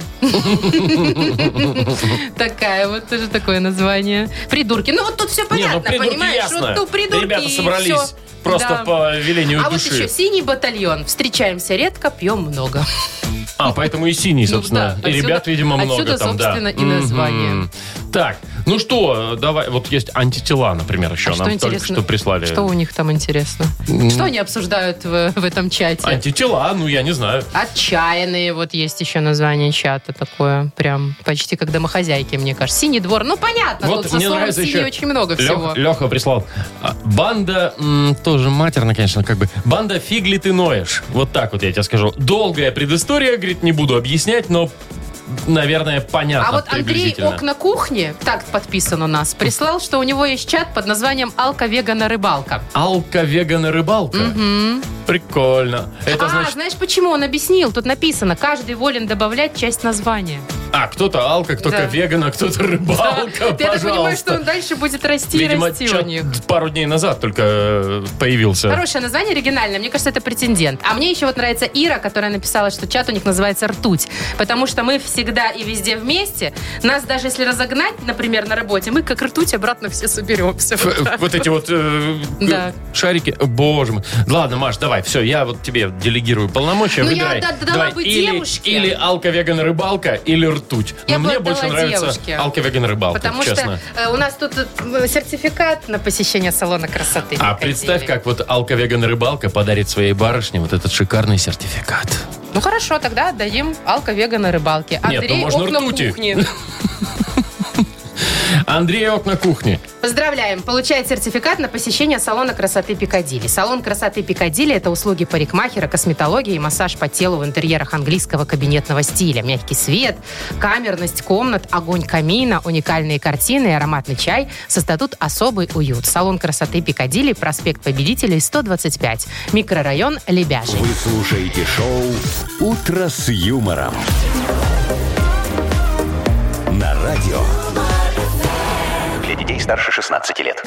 Такая вот тоже такое название. Придурки. Ну вот тут все понятно, придурки понимаешь? ясно. Вот тут придурки Ребята и собрались всё. просто Да. по велению А вот души. еще синий батальон. Встречаемся редко, пьем много. Поэтому и синий, собственно. да, И отсюда- ребят, видимо, много отсюда, там, да. собственно, и название. Мгм. Так, ну что, давай, вот есть антитела, например, еще А что нам только интересно? что прислали. Что у них там интересно? Что они обсуждают в этом чате? Антитела, ну я не знаю. Отчаянные, вот есть еще название чата такое, прям почти как домохозяйки, мне кажется. Синий двор, ну понятно, Вот тут со мне словом нравится синий еще очень много всего. Леха прислал. Банда, тоже матерно, конечно, как бы. Банда «Фигли ты ноешь». Вот так вот я тебе скажу. Долгая предыстория, говорит, не буду объяснять, но, наверное, понятно А вот Андрей приблизительно. Окна кухни, так подписан у нас, прислал, что у него есть чат под названием «Алка-вегана-рыбалка». Алка-вегана-рыбалка? Прикольно. Это значит... знаешь почему? Он объяснил. Тут написано, каждый волен добавлять часть названия. кто-то алка, кто-то Да. вегана, кто-то рыбалка, Ты это понимаешь, что пожалуйста. он дальше будет расти и Видимо, расти у них. пару дней назад только появился. Хорошее название, оригинальное. Мне кажется, это претендент. А мне еще вот нравится Ира, которая написала, что чат у них называется «Ртуть». Потому что мы всегда и везде вместе. Нас даже если разогнать, например, на работе, мы как ртуть обратно все соберемся. Вот так. Вот эти вот Да. шарики. Боже мой. Ладно, Маш, давай, все, я вот тебе делегирую полномочия. Ну, я выбирай. дала Давай, бы или, девушке. или алка-веган-рыбалка, или ртуть. Я Но бы мне больше отдала нравится девушке. алка-веган-рыбалка, Потому честно. что у нас тут сертификат на посещение салона красоты. А представь, как вот алка-веган-рыбалка подарит своей барышне вот этот шикарный сертификат. Ну хорошо, тогда отдадим алко-вегана рыбалке. Нет, Андрей, можно окна ртути. кухни. Андрей, окна кухни. Поздравляем! Получает сертификат на посещение салона красоты Пикадилли. Салон красоты Пикадилли – это услуги парикмахера, косметологии и массаж по телу в интерьерах английского кабинетного стиля. Мягкий свет, камерность комнат, огонь камина, уникальные картины и ароматный чай создадут особый уют. Салон красоты Пикадилли, проспект Победителей, 125. Микрорайон Лебяжий. Вы слушаете шоу «Утро с юмором». На радио. Для детей старше 16 лет.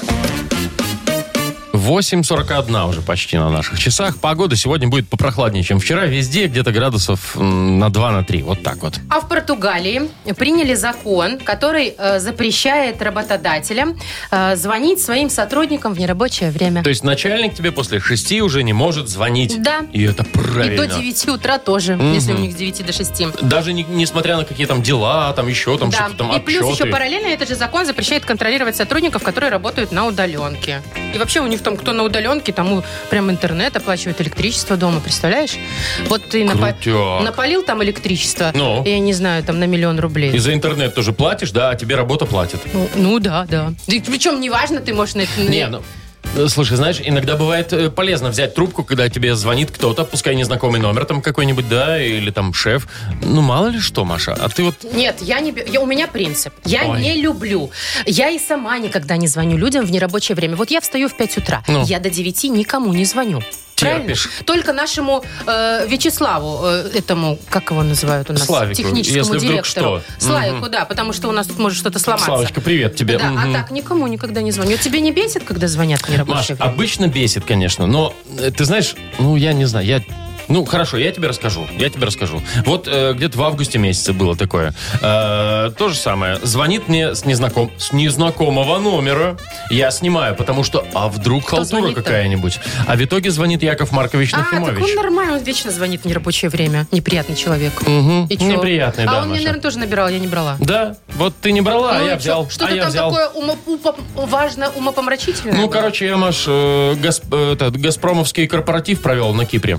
8:41 уже почти на наших часах. Погода сегодня будет попрохладнее, чем вчера. Везде где-то градусов на 2-3. Вот так вот. А в Португалии приняли закон, который запрещает работодателям звонить своим сотрудникам в нерабочее время. То есть начальник тебе после 6 уже не может звонить. Да. И это правильно. И до 9 утра тоже, если у них с 9 до 6. Даже несмотря на какие там дела, там еще там Да. что-то там И отчеты. плюс еще параллельно этот же закон запрещает контролировать сотрудников, которые работают на удаленке. И вообще у них там, кто на удаленке, тому прям интернет оплачивает, электричество дома, представляешь? Вот ты Крутяк. напалил там электричество, Ну. я не знаю, там на 1 000 000 рублей. И за интернет тоже платишь, да, а тебе работа платит. Ну да. И причем неважно, ты можешь на это... Не, ну, слушай, знаешь, иногда бывает полезно взять трубку, когда тебе звонит кто-то, пускай незнакомый номер там какой-нибудь, да, или там шеф. Ну, мало ли что, Маша, а ты вот... Нет, у меня принцип. Я Ой. не люблю. Я и сама никогда не звоню людям в нерабочее время. Вот я встаю в 5 утра. Ну. Я до 9 никому не звоню. Правильно? Терпишь. Только нашему Вячеславу, этому, как его называют у нас? Славику, техническому если вдруг директору. что. Славику, да, потому что у нас тут может что-то сломаться. Славочка, привет тебе. Да, Мгм. а так никому никогда не звоню. Тебе не бесит, когда звонят в Маш, нерабочее время? обычно бесит, конечно, но ты знаешь, я не знаю, ну, хорошо, я тебе расскажу. Вот где-то в августе месяце было такое. То же самое. Звонит мне с незнакомого номера. Я снимаю, потому что, а вдруг халтура звонит-то? какая-нибудь? А в итоге звонит Яков Маркович Так Нахимович. он нормально, он вечно звонит в нерабочее время. Неприятный человек. Мгм. И чё? Неприятный, да, А он мне, Маша. наверное, тоже набирал, я не брала. Да, вот ты не брала, а Ну я и взял. чё? Что-то там такое важно умопомрачительное. Ну, было? короче, я, Маш, газпромовский корпоратив провел на Кипре.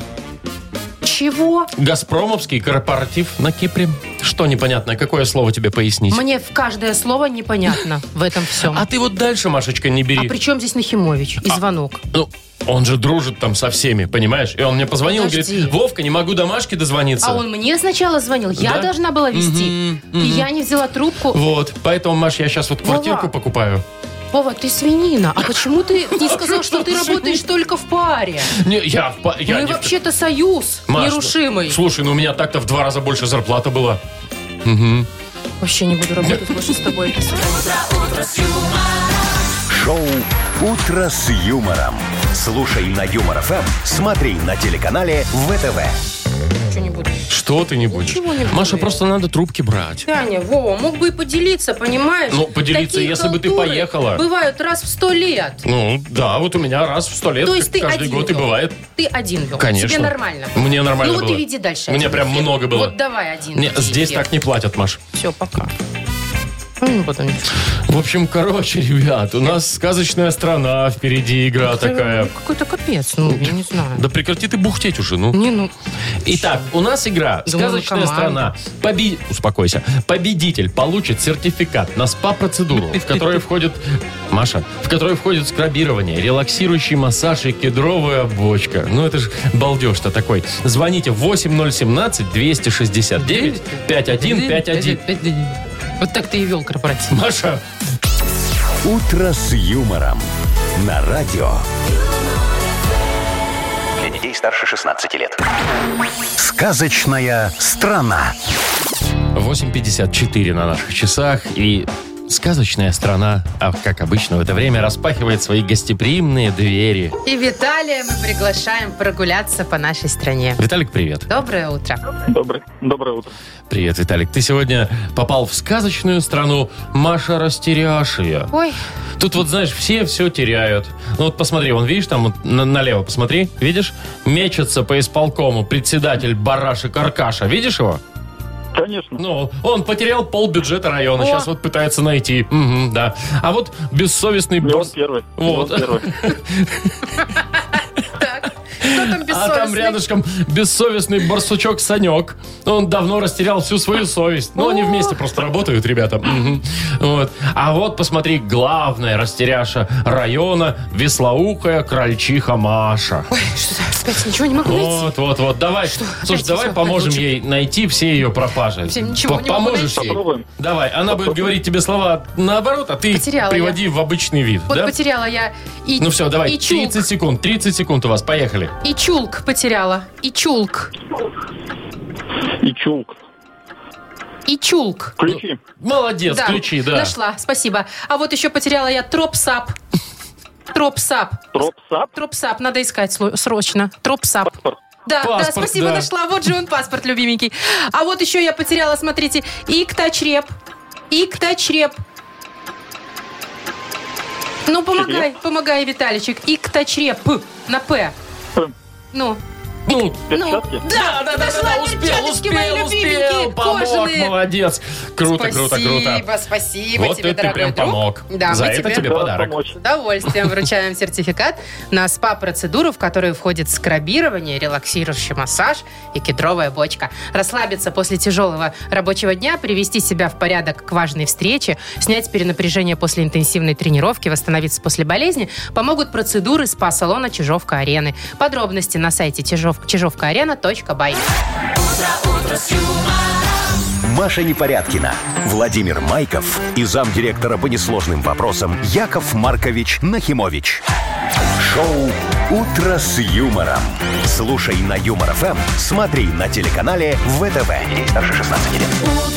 Чего? Газпромовский корпоратив на Кипре. Что непонятное? Какое слово тебе пояснить? Мне в каждое слово непонятно в этом всем. А ты вот дальше, Машечка, не А бери. при чем здесь Нахимович и звонок? Ну, он же дружит там со всеми, понимаешь? И он мне позвонил, Подожди. говорит, Вовка, не могу до Машки дозвониться. А он мне сначала звонил, я Да? должна была вести. И я не взяла трубку. Вот, поэтому, Маш, я сейчас вот квартирку Вова. покупаю. Вова, ты свинина. А почему ты не сказал, что ты работаешь только в паре? Не, я Мы не- вообще-то союз Маш, нерушимый. Слушай, ну у меня так-то в 2 раза больше зарплата была. Вообще не буду работать больше с тобой. До свидания. Шоу «Утро с юмором». Слушай на Юмор ФМ, смотри на телеканале ВТВ. Ничего не буду. Что ты не будешь? Ничего не буду Маша, я. просто надо трубки брать. Таня, Вова, мог бы и поделиться, понимаешь? Ну, поделиться, Такие если бы ты халтуры поехала. Бывают раз в 100 лет. Ну, да, вот у меня раз в 100 лет, То есть ты каждый один год и вел. бывает. Ты один вел. Конечно. Тебе нормально. Мне нормально Ну вот было. и веди дальше. Мне один прям эфир. много было. Вот давай один. Не, веди здесь эфир. так не платят, Маш. Все, пока. Ну, вот он. В общем, короче, ребят, у нас сказочная страна, впереди игра такая. Какой-то капец, ну, я не знаю. Да прекрати ты бухтеть уже, ну. Не, ну, Итак, у нас игра Думала, «Сказочная команда. страна». Успокойся. Победитель получит сертификат на СПА-процедуру, в которой входит... Маша, в которой входит скрабирование, релаксирующий массаж и кедровая бочка. Ну, это же балдеж-то такой. Звоните 8017-269-5151. Вот так ты и вел корпоратив. Маша, «Утро с юмором» на радио. Для детей старше 16 лет. «Сказочная страна». 8:54 на наших часах. И сказочная страна, как обычно в это время, распахивает свои гостеприимные двери. И Виталия мы приглашаем прогуляться по нашей стране. Виталик, привет. Доброе утро. Доброе утро. Привет, Виталик. Ты сегодня попал в сказочную страну Маша Растеряшия. Ой, Тут вот, знаешь, все теряют. Ну вот посмотри, вон, видишь, там вот налево посмотри, видишь? Мечется по исполкому председатель Барашек Аркаша. Видишь его? Конечно. Ну, он потерял полбюджета района, О. сейчас вот пытается найти. Мгм, да. А вот бессовестный Не он босс... первый. Вот. Не он первый. так. Кто там А бессовестный? там рядышком бессовестный барсучок Санек. Он давно растерял всю свою совесть. Ну, они вместе просто работают, ребята. Мгм. Вот. А вот, посмотри, главная растеряша района — веслоухая крольчиха Маша. Ой, что-то опять ничего не могу найти. Вот. Давай. Слушай, Опять давай всё, поможем лучше. ей найти все ее пропажи. Всем ничего не могу Поможешь найти. ей? Попробуем. Давай. Она будет говорить тебе слова наоборот, а ты их Потеряла приводи в обычный вид. Вот Да? потеряла я и Ну все, давай, и чулк. 30 секунд. 30 секунд у вас, поехали. И чулк потеряла. И чулк. И чулк. И чулк. Ключи. Молодец, ключи, да. Нашла, спасибо. А вот еще потеряла я тропсап. Тропсап. Тропсап. Тропсап, надо искать срочно. Тропсап. Паспорт. Да, Паспорт, спасибо, да. нашла. Вот же он, паспорт, любименький. А вот еще я потеряла, смотрите, икточреп. Икточреп. Ну, помогай, Виталичек. Икточреп. На П. П. Ну. Ну, Перчатки. Да, нашла перчаточки мои любименькие, помог, кожаные. молодец. Круто. Спасибо Вот тебе, это ты дорогой прям друг. помог. Да, За мы это тебе тебе Рад подарок. помочь. с удовольствием вручаем сертификат на СПА-процедуру, в которую входит скрабирование, релаксирующий массаж и кедровая бочка. Расслабиться после тяжелого рабочего дня, привести себя в порядок к важной встрече, снять перенапряжение после интенсивной тренировки, восстановиться после болезни помогут процедуры СПА-салона Чижовка-Арены. Подробности на сайте чижовкаарена.бай. Маша Непорядкина, Владимир Майков и замдиректора по несложным вопросам Яков Маркович Нахимович. Шоу «Утро с юмором». Слушай на Юмор ФМ, смотри на телеканале ВТВ. Ей старше 16 лет.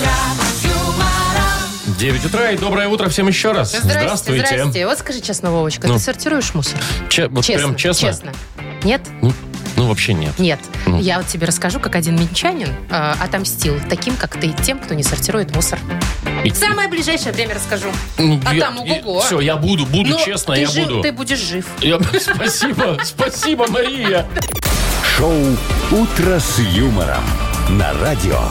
9 утра и доброе утро всем еще раз. Здрасте. Вот скажи честно, Вовочка, Ну. ты сортируешь мусор? Вот прям честно? Нет? Ну, вообще нет. Нет. Ну. Я вот тебе расскажу, как один минчанин отомстил таким, как ты, тем, кто не сортирует мусор. И- В самое ближайшее время расскажу. Ну, А там ого-го. Все, я буду, Но честно, ты я жив- буду. Ты будешь жив. Спасибо, Мария. Шоу «Утро с юмором» на радио.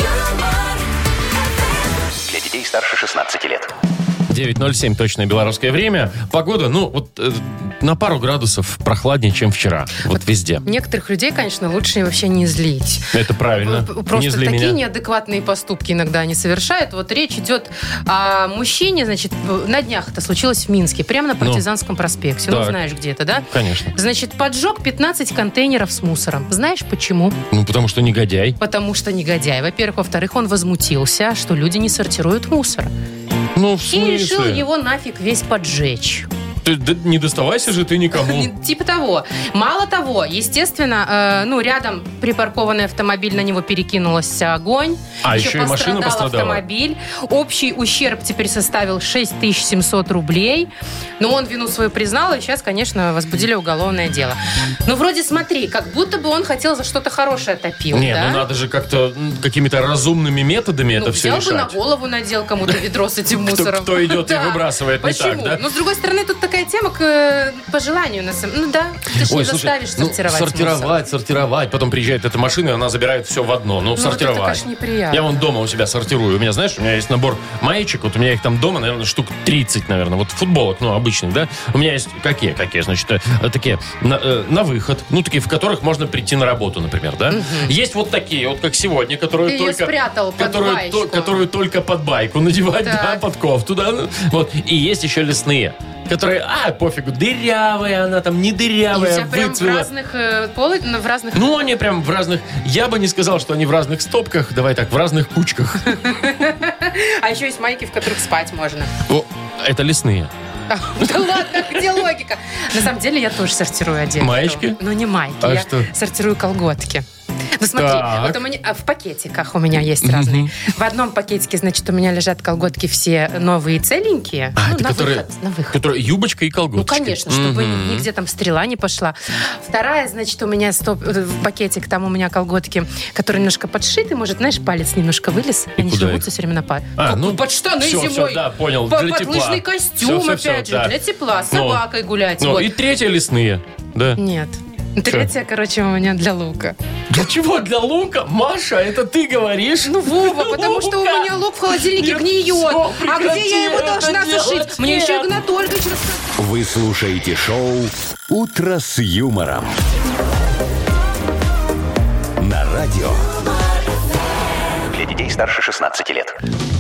Для детей старше 16 лет. 9:07 точное белорусское время. Погода, на пару градусов прохладнее, чем вчера. Вот везде. Некоторых людей, конечно, лучше вообще не злить. Это правильно. Не Просто зли такие меня. неадекватные поступки иногда они совершают. Вот речь идет о мужчине, значит, на днях это случилось в Минске, прямо на Партизанском проспекте. Ну, Так. знаешь, где это, да? Конечно. Значит, поджег 15 контейнеров с мусором. Знаешь почему? Ну, потому что негодяй. Потому что негодяй. Во-первых. Во-вторых, он возмутился, что люди не сортируют мусор. Ну, в И смысле? решил его нафиг весь поджечь. Не доставайся же ты никому. Типа того. Мало того, естественно, рядом припаркованный автомобиль, на него перекинулся огонь. А, еще и машина пострадала. Автомобиль. Общий ущерб теперь составил 6700 рублей. Но он вину свою признал, и сейчас, конечно, возбудили уголовное дело. Ну, вроде, смотри, как будто бы он хотел за что-то хорошее топил, Не, да? ну надо же как-то какими-то разумными методами это все взял бы на решать. голову, надел кому-то ведро с этим мусором. Кто идет и Да. выбрасывает, не Почему? так, да? Но, с другой стороны, тут такая тема по желанию. Ну да, ты же не заставишь сортировать мусор. сортировать. Потом приезжает эта машина, и она забирает все в одно. Ну, вот сортировать. это, конечно, неприятно. Я вон дома у себя сортирую. У меня, знаешь, у меня есть набор маечек. Вот у меня их там дома, наверное, штук 30, наверное. Вот футболок, обычных, да? У меня есть какие, значит, такие на выход. Ну, такие, в которых можно прийти на работу, например, да? Есть вот такие, вот как сегодня, которые Ты её только... спрятал под баечку. Которую только под байку надевать, Так. да, под кофту, да? Вот. И есть еще лесные, которые, пофигу, дырявая она там, не И у дырявая, тебя прям в выцвела. разных в разных... Ну, они прям в разных... Я бы не сказал, что они в разных стопках. Давай так, в разных кучках. А еще есть майки, в которых спать можно. О, это лесные. Да ладно, где логика? На самом деле я тоже сортирую одежду. Маечки? Ну, не майки, А я что? сортирую колготки. Ну смотри, Так. вот у меня в пакетиках у меня есть разные. В одном пакетике, значит, у меня лежат колготки все новые целенькие. Это на которые, выход, на выход. которые юбочка и Ну, колготочки. конечно, чтобы нигде там стрела не пошла. Вторая, значит, у меня в пакетик, там у меня колготки, которые немножко подшиты, может, знаешь, палец немножко вылез. И Они куда жрутся все время на пар. Под штаны все, зимой. да, понял, для Под тепла. лыжный костюм, Всё, опять же, да. для тепла, с Ну. собакой гулять. Ну, вот. и третье лесные. Да. Нет. Третья, короче, у меня для лука. Для чего? Для лука? Маша, это ты говоришь? Ну, Вова, потому что у меня лук в холодильнике Нет, гниет. всё, А где я его прекрати должна это сушить? делать. Мне еще Нет. Игнат Ольгович рассказал. Вы слушаете шоу «Утро с юмором» радио. Для детей старше 16 лет.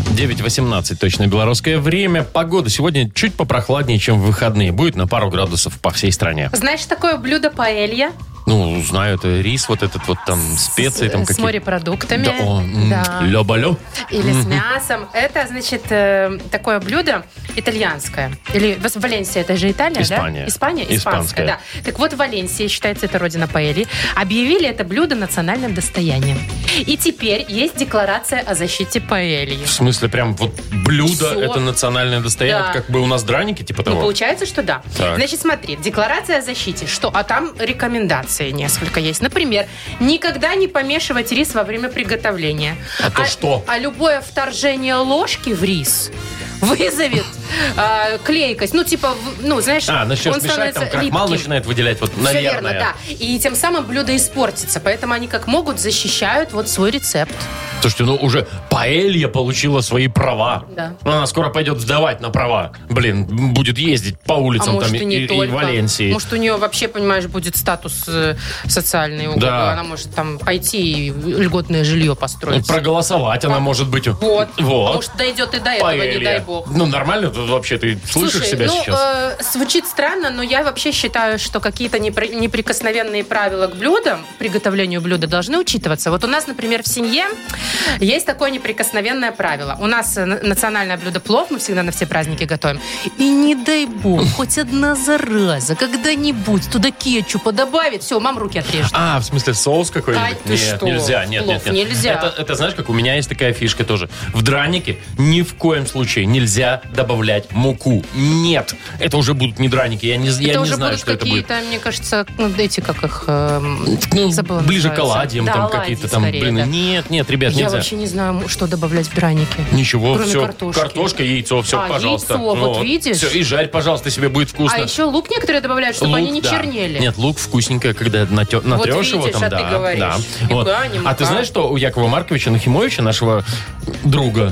9:18 точное белорусское время. Погода сегодня чуть попрохладнее, чем в выходные. Будет на пару градусов по всей стране. Знаешь такое блюдо паэлья? Ну, знаю, это рис, вот этот вот там специи там С какие-то. морепродуктами. Да, лё-балё. Или с мясом. Это, значит, такое блюдо итальянское. Или Валенсия, это же Италия, Испания. да? Испания? Испанская. Да. Так вот, Валенсия, считается, это родина паэльи, объявили это блюдо национальным достоянием. И теперь есть декларация о защите паэльи. В смысле, прям вот блюдо Всё. это национальное достояние, Да. это как бы у нас драники, типа Ну, того. получается, что да. Так. Значит, смотри, декларация о защите. Что? А там рекомендации несколько есть. Например, никогда не помешивать рис во время приготовления. А то что? А любое вторжение ложки в рис вызовет клейкость. Ну, типа, знаешь, начнешь он мешать, становится там крахмал липким. начинает выделять, вот, Все наверное. верно, да. И тем самым блюдо испортится. Поэтому они как могут защищают вот свой рецепт. Слушайте, уже паэлья получила свои права. Да. Она скоро пойдет сдавать на права. Блин, будет ездить по улицам там и Валенсии. Может, у нее вообще, понимаешь, будет статус социальный. Да. Она может там пойти и льготное жилье построить. Проголосовать она может быть. Вот. Вот. А может, дойдет и до этого, Паэлья. не дай бог. Ну, нормально тут вообще, ты слышишь Слушай, себя сейчас? Звучит странно, но я вообще считаю, что какие-то неприкосновенные правила к блюдам, к приготовлению блюда должны учитываться. Вот у нас, например, в семье есть такое неприкосновенное правило. У нас национальное блюдо плов, мы всегда на все праздники готовим. И не дай бог, хоть одна зараза когда-нибудь туда кетчупа добавит, все, мам руки отрежет. В смысле соус какой-нибудь? Ай, ты Нет, что? нельзя, нет. Плов нельзя. Это знаешь, как у меня есть такая фишка тоже. В дранике ни в коем случае нельзя добавлять муку. Нет, это уже будут не драники. Я не уже знаю, будут что это будет. какие-то, мне кажется, эти, как их... забыла, Ближе к называется. оладьям, Да, там оладьи какие-то там, скорее, блин, да. нет, ребят, Я нельзя. вообще не знаю, что добавлять в драники. Ничего, Кроме все. картошки. Картошка, яйцо, все, пожалуйста. яйцо, вот видишь? Все, и жарь, пожалуйста, себе будет вкусно. А еще лук некоторые добавляют, чтобы Лук, они не да. чернели. Нет, лук вкусненькое, когда натрешь его видишь, там, а да. ты говоришь. Да. Ни Вот. мука, ни мука. А ты знаешь, что у Якова Марковича Нахимовича, нашего друга,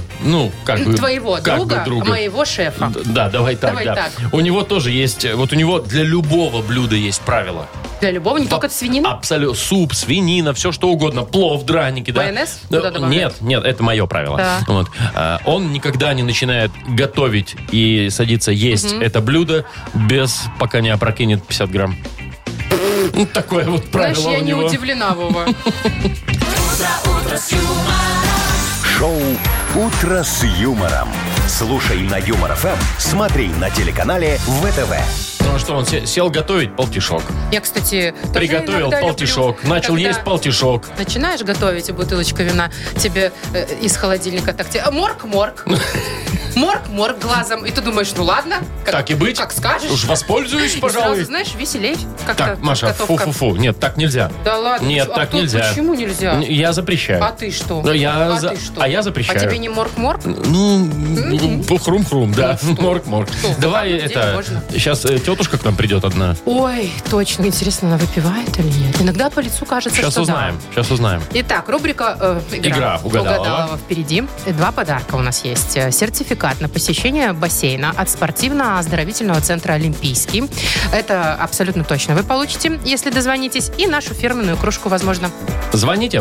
Твоего друга, моего шефа. Да, давай так, Давай да. так. У него тоже есть, вот у него для любого блюда есть правила. Для любого, не только свинина. Абсолютно. Суп, свинина, все что угодно. Плов, драники, да. Майонез туда добавлять? Нет, это мое правило. Так. Вот. Он никогда не начинает готовить и садиться есть это блюдо пока не опрокинет 50 грамм. Ну, такое вот правило Знаешь, я у не него. удивлена, Вова. Шоу «Утро с юмором». Слушай на Юмор ФМ, смотри на телеканале ВТВ. Ну, что, он сел готовить полтишок. Я, кстати, тоже Приготовил иногда полтишок. люблю, Начал когда есть полтишок. Начинаешь готовить, и бутылочка вина тебе из холодильника так тебе... Морк. Морк глазом. И ты думаешь, ну ладно. Так и быть. Как скажешь. Уж воспользуюсь, И пожалуй. сразу, знаешь, веселей. Так, Маша, фу-фу-фу. Нет, так нельзя. Да ладно. Нет, так тут нельзя. Почему нельзя? Я запрещаю. А ты что? Ну, ты что? я запрещаю. А тебе не морк-морк? Ну, хрум-хрум, да. Морк-морк. Что, Давай в самом деле можно? сейчас тетушка к нам придет одна. Ой, точно. Интересно, она выпивает или нет? Иногда по лицу кажется, Сейчас что узнаем. да. Сейчас узнаем. Итак, рубрика Игра «Угадалова». впереди. 2 подарка у нас есть. Сертификат на посещение бассейна от спортивно-оздоровительного центра «Олимпийский». Это абсолютно точно вы получите, если дозвонитесь. И нашу фирменную кружку, возможно. Звоните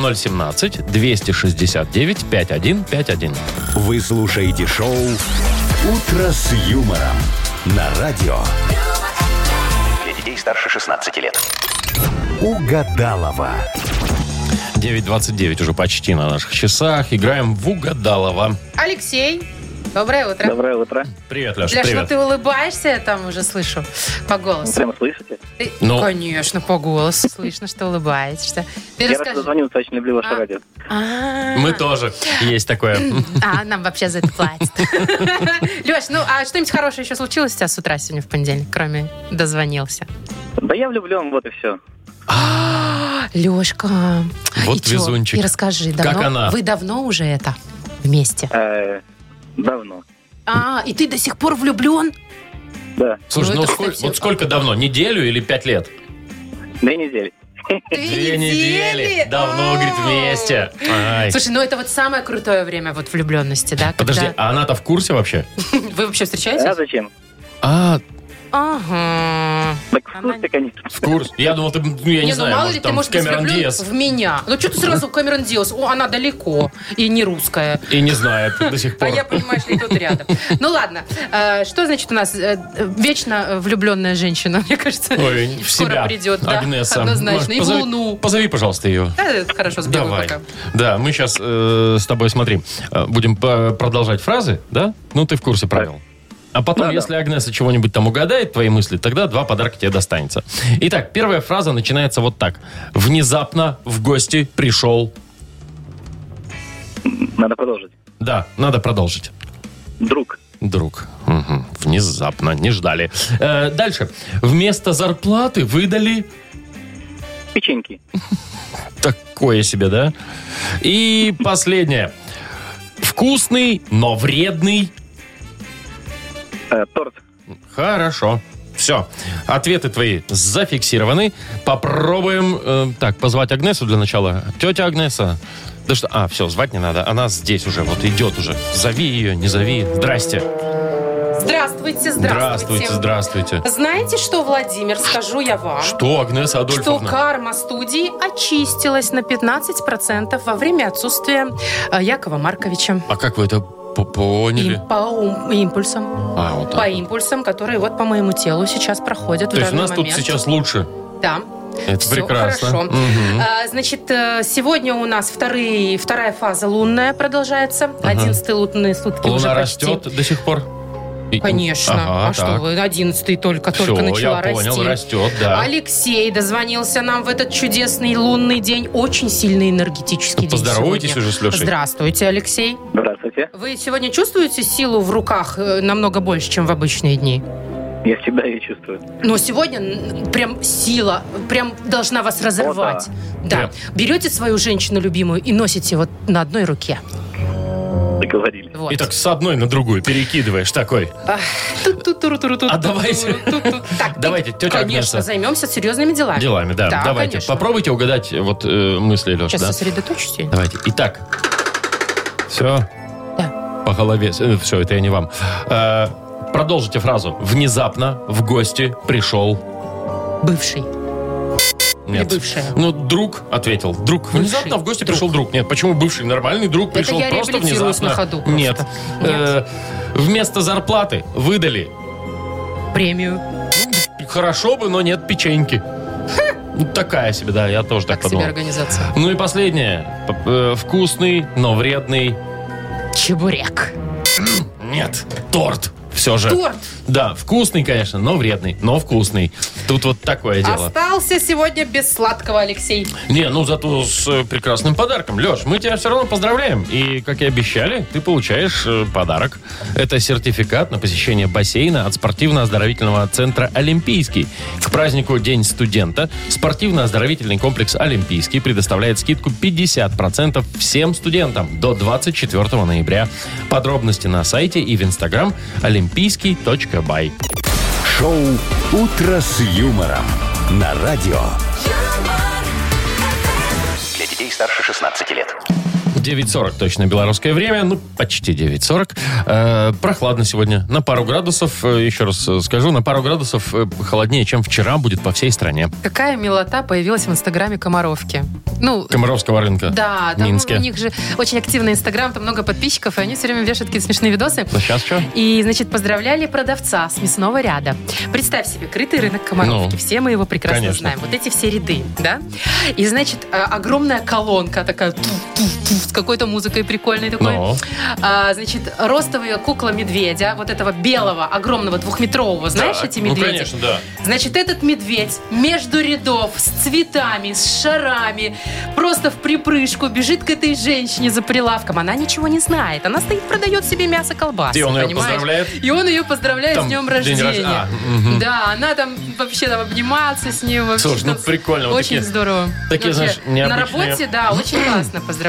8017-269-5151. Вы слушаете шоу «Утро с юмором» на радио. Для детей старше 16 лет. Угадалова. 9:29 уже почти на наших часах. Играем в Угадалова. Алексей, доброе утро. Доброе утро. Привет, Леша, Леш, ну привет. ты улыбаешься, я там уже слышу по голосу. Прямо слышите? Ну. Конечно, по голосу слышно, что улыбаешься. Ты Я раз расскажи. дозвонился, очень люблю ваше радио. Мы тоже. Есть такое. Нам вообще за это платят. Леш, ну а что-нибудь хорошее еще случилось у тебя с утра сегодня в понедельник, кроме дозвонился? Да я влюблен, вот и все. Лешка, Вот и чё? везунчик. И расскажи, Как она? Вы давно уже это вместе? Давно. И ты до сих пор влюблен? Да. Слушай, Ну, это, кстати, вот сколько давно? Неделю или 5 лет? 2 недели. 2 недели. Давно, говорит, вместе. Ай. Слушай, ну это вот самое крутое время вот влюбленности, да? Подожди, когда- а она-то в курсе вообще? Вы вообще встречаетесь? А зачем? Ага. Так в курсе, конечно. В курсе? Я думал, ты, я не знаю, мало может, ли, ты, там может быть, Кэмерон влюблен Диас в меня. Ну, что ты сразу Кэмерон Диас? О, она далеко и не русская. и не знает до сих А пор. я, понимаешь ли, тут рядом. Ну, ладно. Что значит у нас вечно влюбленная женщина? Мне кажется, Ой, в скоро себя. придет. Да, Агнеса. однозначно. И в Луну. Позови, пожалуйста, ее. Да, это хорошо, сбегу Давай. пока. Да, мы сейчас с тобой, смотри, будем продолжать фразы, да? Ну, ты в курсе правил. А потом, Да, если Агнеса чего-нибудь там угадает, твои мысли, тогда 2 подарка тебе достанется. Итак, первая фраза начинается вот так. Внезапно в гости пришел... Надо продолжить. Да, надо продолжить. Друг. Друг. Мгм. Внезапно, не ждали. Дальше. Вместо зарплаты выдали... Печеньки. Такое себе, да? И последнее. Вкусный, но вредный... Торт. Хорошо. Все. Ответы твои зафиксированы. Попробуем, позвать Агнесу для начала. Тетя Агнеса. Да что? Все, звать не надо. Она здесь уже, вот идет уже. Зови ее, не зови. Здрасте. Здравствуйте, Здравствуйте, здравствуйте. Знаете что, Владимир, скажу я вам? Что, Агнеса Что Адольфовна? карма студии очистилась на 15% во время отсутствия Якова Марковича. А как вы это поняли? По импульсам. Вот так. По импульсам, которые вот по моему телу сейчас проходят в То есть у данный нас тут момент. сейчас лучше. Да. Это Все прекрасно. хорошо. Мгм. Значит, сегодня у нас вторая фаза лунная продолжается. 11 лунные сутки уже Луна почти. растет до сих пор? Конечно. Ага, а что так. вы, 11-й только Все, начала я понял, расти. растет, да. Алексей дозвонился нам в этот чудесный лунный день. Очень сильный энергетический день Поздоровайтесь сегодня. уже с Лешей. Здравствуйте, Алексей. Здравствуйте. Вы сегодня чувствуете силу в руках намного больше, чем в обычные дни? Я всегда ее чувствую. Но сегодня прям сила, прям должна вас разорвать. Да. Прям. Берете свою женщину любимую и носите вот на одной руке. Договорились. Вот. И так с одной на другую перекидываешь такой. А давайте. Так, Давайте, тетя конечно, Агнеса. займемся серьезными делами. Делами, да. Да, Давайте. конечно. Попробуйте угадать мысли, Леша, Сейчас да? сосредоточусь. Давайте. Итак. Все. Да. По голове. Все, это я не вам. Продолжите фразу. Внезапно в гости пришел... Бывший. Нет. Или бывшая? Ну, друг ответил. Друг. Внезапно в гости пришел друг. Нет, почему бывший? Нормальный друг Это пришел я просто реабилитируюсь внезапно. на ходу просто. Нет. Нет. Вместо зарплаты выдали. Премию. Хорошо бы, но нет печеньки. Ну, такая себе, да, я тоже так Так себе подумал. организация. Ну и последнее. Вкусный, но вредный. Чебурек. Нет, торт. Все же. Торт. Да, вкусный, конечно, но вредный. Но вкусный. Тут вот такое дело. Остался сегодня без сладкого, Алексей. Не, ну зато с прекрасным подарком. Леш, мы тебя все равно поздравляем. И, как и обещали, ты получаешь подарок. Это сертификат на посещение бассейна от спортивно-оздоровительного центра «Олимпийский». К празднику День студента спортивно-оздоровительный комплекс «Олимпийский» предоставляет скидку 50% всем студентам до 24 ноября. Подробности на сайте и в инстаграм олимпийский.бай. Шоу «Утро с юмором» на радио. Для детей старше 16 лет. 9:40 точно белорусское время, ну, почти 9:40. Прохладно сегодня, на пару градусов, еще раз скажу, на пару градусов холоднее, чем вчера будет по всей стране. Какая милота появилась в инстаграме Комаровки. Ну, Комаровского рынка да, в там Минске. у них же очень активный инстаграм, там много подписчиков, и они все время вешают какие-то смешные видосы. Ну, сейчас что? И, значит, поздравляли продавца с мясного ряда. Представь себе, крытый рынок Комаровки. Ну, все мы его прекрасно конечно. знаем. Вот эти все ряды, да? И, значит, огромная колонка такая с какой-то музыкой прикольной такой. Ну. Значит, ростовая кукла медведя, вот этого белого, огромного, двухметрового. Знаешь Так, эти медведи? Ну, конечно, да. Значит, этот медведь между рядов с цветами, с шарами, просто в припрыжку бежит к этой женщине за прилавком. Она ничего не знает. Она стоит, продает себе мясо, колбасы. И он ее понимаешь? поздравляет? И он ее поздравляет Там с днем день рождения. рождения. Мгм. Да, она там вообще там обниматься с ним. Вообще, Слушай, ну там прикольно. Вот Очень такие- здорово. такие, Вообще, знаешь, необычные- на работе, да, очень классно поздравлять. Потому Необычные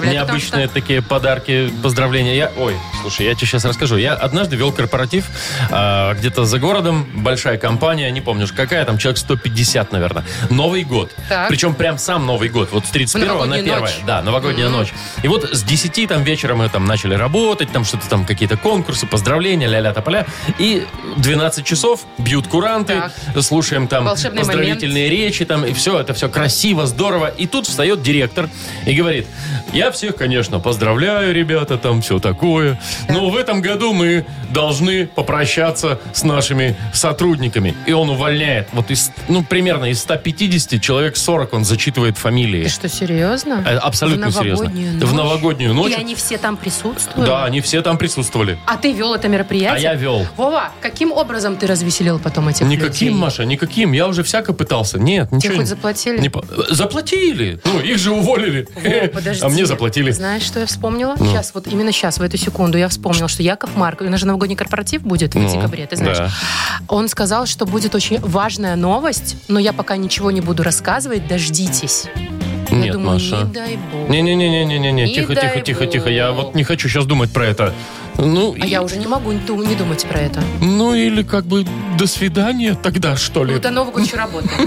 праздничные такие подарки, поздравления. Слушай, я тебе сейчас расскажу. Я однажды вел корпоратив где-то за городом, большая компания, не помню, какая, там человек 150, наверное. Новый год. Так. Причем прям сам Новый год. Вот с 31 на 1. Да, новогодняя ночь. И вот с 10 там вечера мы там начали работать, там что-то там, какие-то конкурсы, поздравления, ля-ля тополя. И 12 часов бьют куранты, слушаем там волшебный поздравительные речи, там, и все, это все красиво, здорово. И тут встает директор и говорит: я всех, конечно, поздравляю, ребята, там все такое, но в этом году мы должны попрощаться с нашими сотрудниками. И он увольняет. Вот примерно из 150 человек 40 он зачитывает фамилии. Ты что, серьезно? Абсолютно серьезно. В новогоднюю ночь. И они все там присутствуют? Да, они все там присутствовали. А ты вел это мероприятие? А я вел. Вова, каким образом ты развеселил потом этих людей? Никаким, Маша, никаким. Я уже всяко пытался. Нет, ничего. Тебе хоть заплатили? Заплатили. Их же уволили. Подожди. А мне заплатили. Знаешь, что я вспомнила? Сейчас, вот именно сейчас, в эту секунду, я вспомнила, что Яков Маркович, у нас же новогодний корпоратив будет в декабре, ты знаешь. Да. Он сказал, что будет очень важная новость, но я пока ничего не буду рассказывать, дождитесь. Нет, я думаю, Маша. не дай бог. Не, тихо. Я вот не хочу сейчас думать про это. Я уже не могу не думать про это. Или как бы до свидания тогда, что ли? До Нового года еще работаем.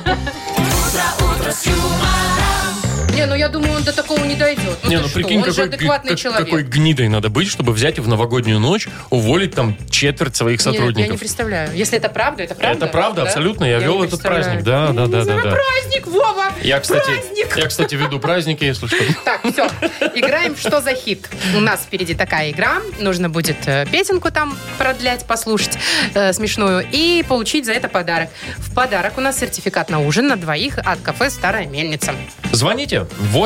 Не, я думаю, он до такого не дойдет. Прикинь, он же адекватный человек. какой гнидой надо быть, чтобы взять и в новогоднюю ночь уволить там четверть своих сотрудников. Нет, я не представляю. Если это правда, это правда. Это правда, да? Абсолютно. Я вел этот праздник. Да. Праздник, Вова! Я, кстати, веду праздники, если что. Так, все. Играем «Что за хит?». У нас впереди такая игра. Нужно будет песенку там продлять, послушать смешную и получить за это подарок. В подарок у нас сертификат на ужин на двоих от кафе «Старая мельница». Звоните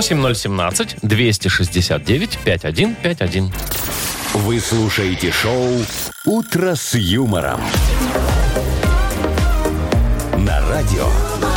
8017-269-5151. Вы слушаете шоу «Утро с юмором» на радио.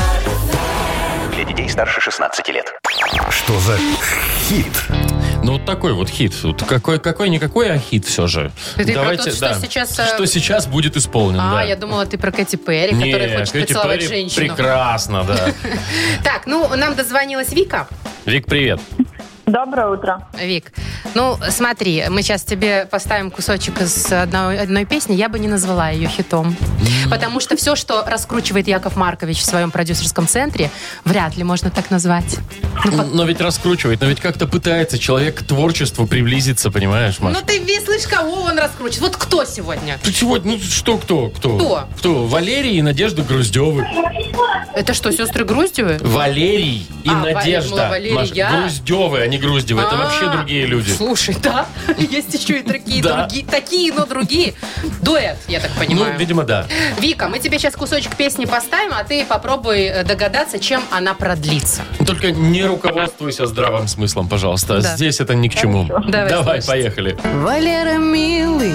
Для детей старше 16 лет. Что за хит? Вот такой вот хит. Какой-никакой, а хит все же. Ты про то, что сейчас будет исполнен. Да. Я думала, ты про Кэти Перри, которая хочет поцеловать женщину. Прекрасно, да. Так, нам дозвонилась Вика. Вик, привет. Доброе утро. Вик, смотри, мы сейчас тебе поставим кусочек из одной песни, я бы не назвала ее хитом. Потому что все, что раскручивает Яков Маркович в своем продюсерском центре, вряд ли можно так назвать. Но ведь раскручивает, но ведь как-то пытается человек к творчеству приблизиться, понимаешь, Маша? Ты слышь, кого он раскручивает? Вот кто сегодня? Сегодня, кто? Кто? Валерий и Надежда Груздевы. Это что, сестры Груздевы? Валерий и Надежда. Валерия. Груздевы, а не Груздевы. Это вообще другие люди. Слушай, да? Есть еще и такие, но другие. Дуэт, я так понимаю. Видимо, да. Вика, мы тебе сейчас кусочек песни поставим, а ты попробуй догадаться, чем она продлится. Только не руководствуйся здравым смыслом, пожалуйста. Да. Здесь это ни к чему. Давай, поехали. Валера, милый,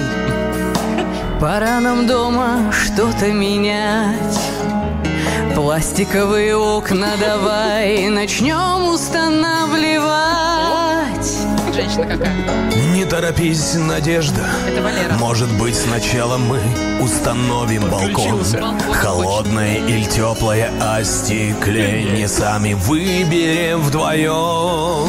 пора нам дома что-то менять. Пластиковые окна давай начнем устанавливать. Женщина какая? Не торопись, Надежда. Это Валера. Может быть, сначала мы установим балкон. Холодное или теплое остекление сами выберем вдвоем.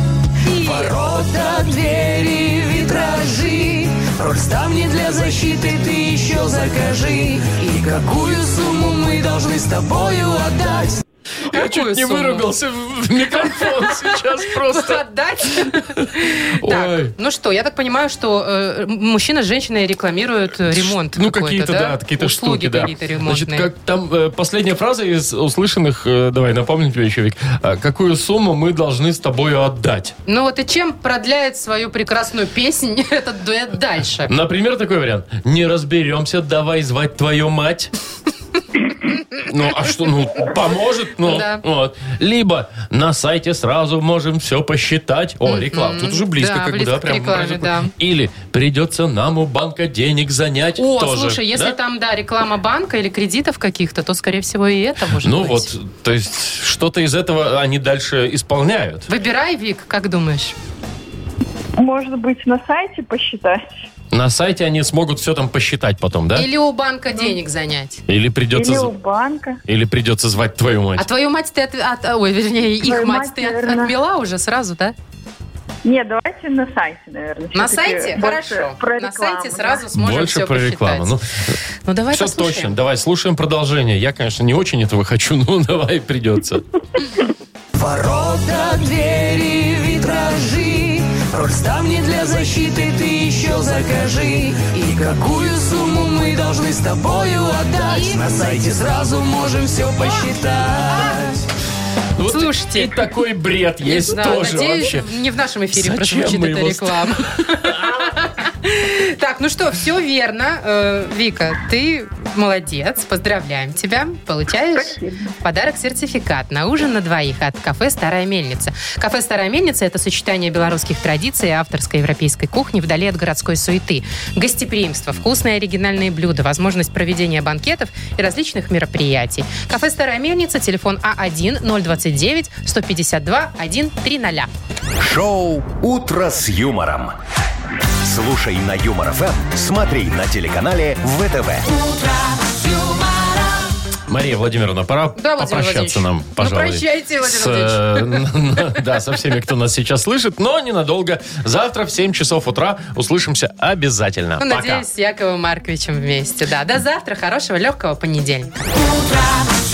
Ворота, двери, витражи, ставни для защиты ты еще закажи. И какую сумму мы должны с тобою отдать? Я чуть не выругался в микрофон сейчас просто. Отдать? Так, что, я так понимаю, что мужчина с женщиной рекламируют ремонт какие-то, да? Какие-то штуки, да. Какие-то ремонтные. Значит, как там последняя фраза из услышанных, давай напомним тебе еще, Вик, какую сумму мы должны с тобою отдать? И чем продляет свою прекрасную песнь этот дуэт дальше? Например, такой вариант. Не разберемся, давай звать твою мать. А что, поможет? Да. Вот. Либо на сайте сразу можем все посчитать. Реклама. Тут уже близко, близко к рекламе, да. Или придется нам у банка денег занять. Тоже, слушай, если там, реклама банка или кредитов каких-то, то, скорее всего, и это может быть. То есть, что-то из этого они дальше исполняют. Выбирай, Вик, как думаешь? Может быть, на сайте посчитать? На сайте они смогут все там посчитать потом, да? Или у банка денег занять. Или придется... Или у банка. Или придется звать твою мать. А твою мать ты их мать ты отмела уже сразу, да? Нет, давайте на сайте, наверное. На Всё-таки сайте? больше Хорошо. про На рекламу, сайте да. сразу сможем Больше все про посчитать. рекламу. Ну, давай Все послушаем. точно. Давай слушаем продолжение. Я, конечно, не очень этого хочу, но давай придется. Ворота, двери, витражи, рольставни для защиты ты еще закажи. И какую сумму мы должны с тобою отдать? На сайте сразу можем все посчитать. Вот Слушайте. И такой бред есть Да, тоже надеюсь, вообще. не в нашем эфире Зачем прозвучит мы эта его реклама. Так, ну что, все верно. Вика, ты молодец. Поздравляем тебя. Получаешь в подарок сертификат на ужин на двоих от кафе «Старая мельница». Кафе «Старая мельница» — это сочетание белорусских традиций и авторской европейской кухни вдали от городской суеты. Гостеприимство, вкусные оригинальные блюда, возможность проведения банкетов и различных мероприятий. Кафе «Старая мельница», телефон А1-029-152-130. Шоу «Утро с юмором». Слушай на Юмор ФМ, смотри на телеканале ВТВ. Мария Владимировна, пора Да, Владимир попрощаться нам, Владимирович. пожалуй. Ну, прощайте, Владимир Да, со всеми, кто нас сейчас слышит, но ненадолго. Завтра в 7 часов утра услышимся обязательно. Ну, Пока. надеюсь, с Яковом Марковичем вместе. Да, до завтра. Хорошего, легкого понедельника. Утро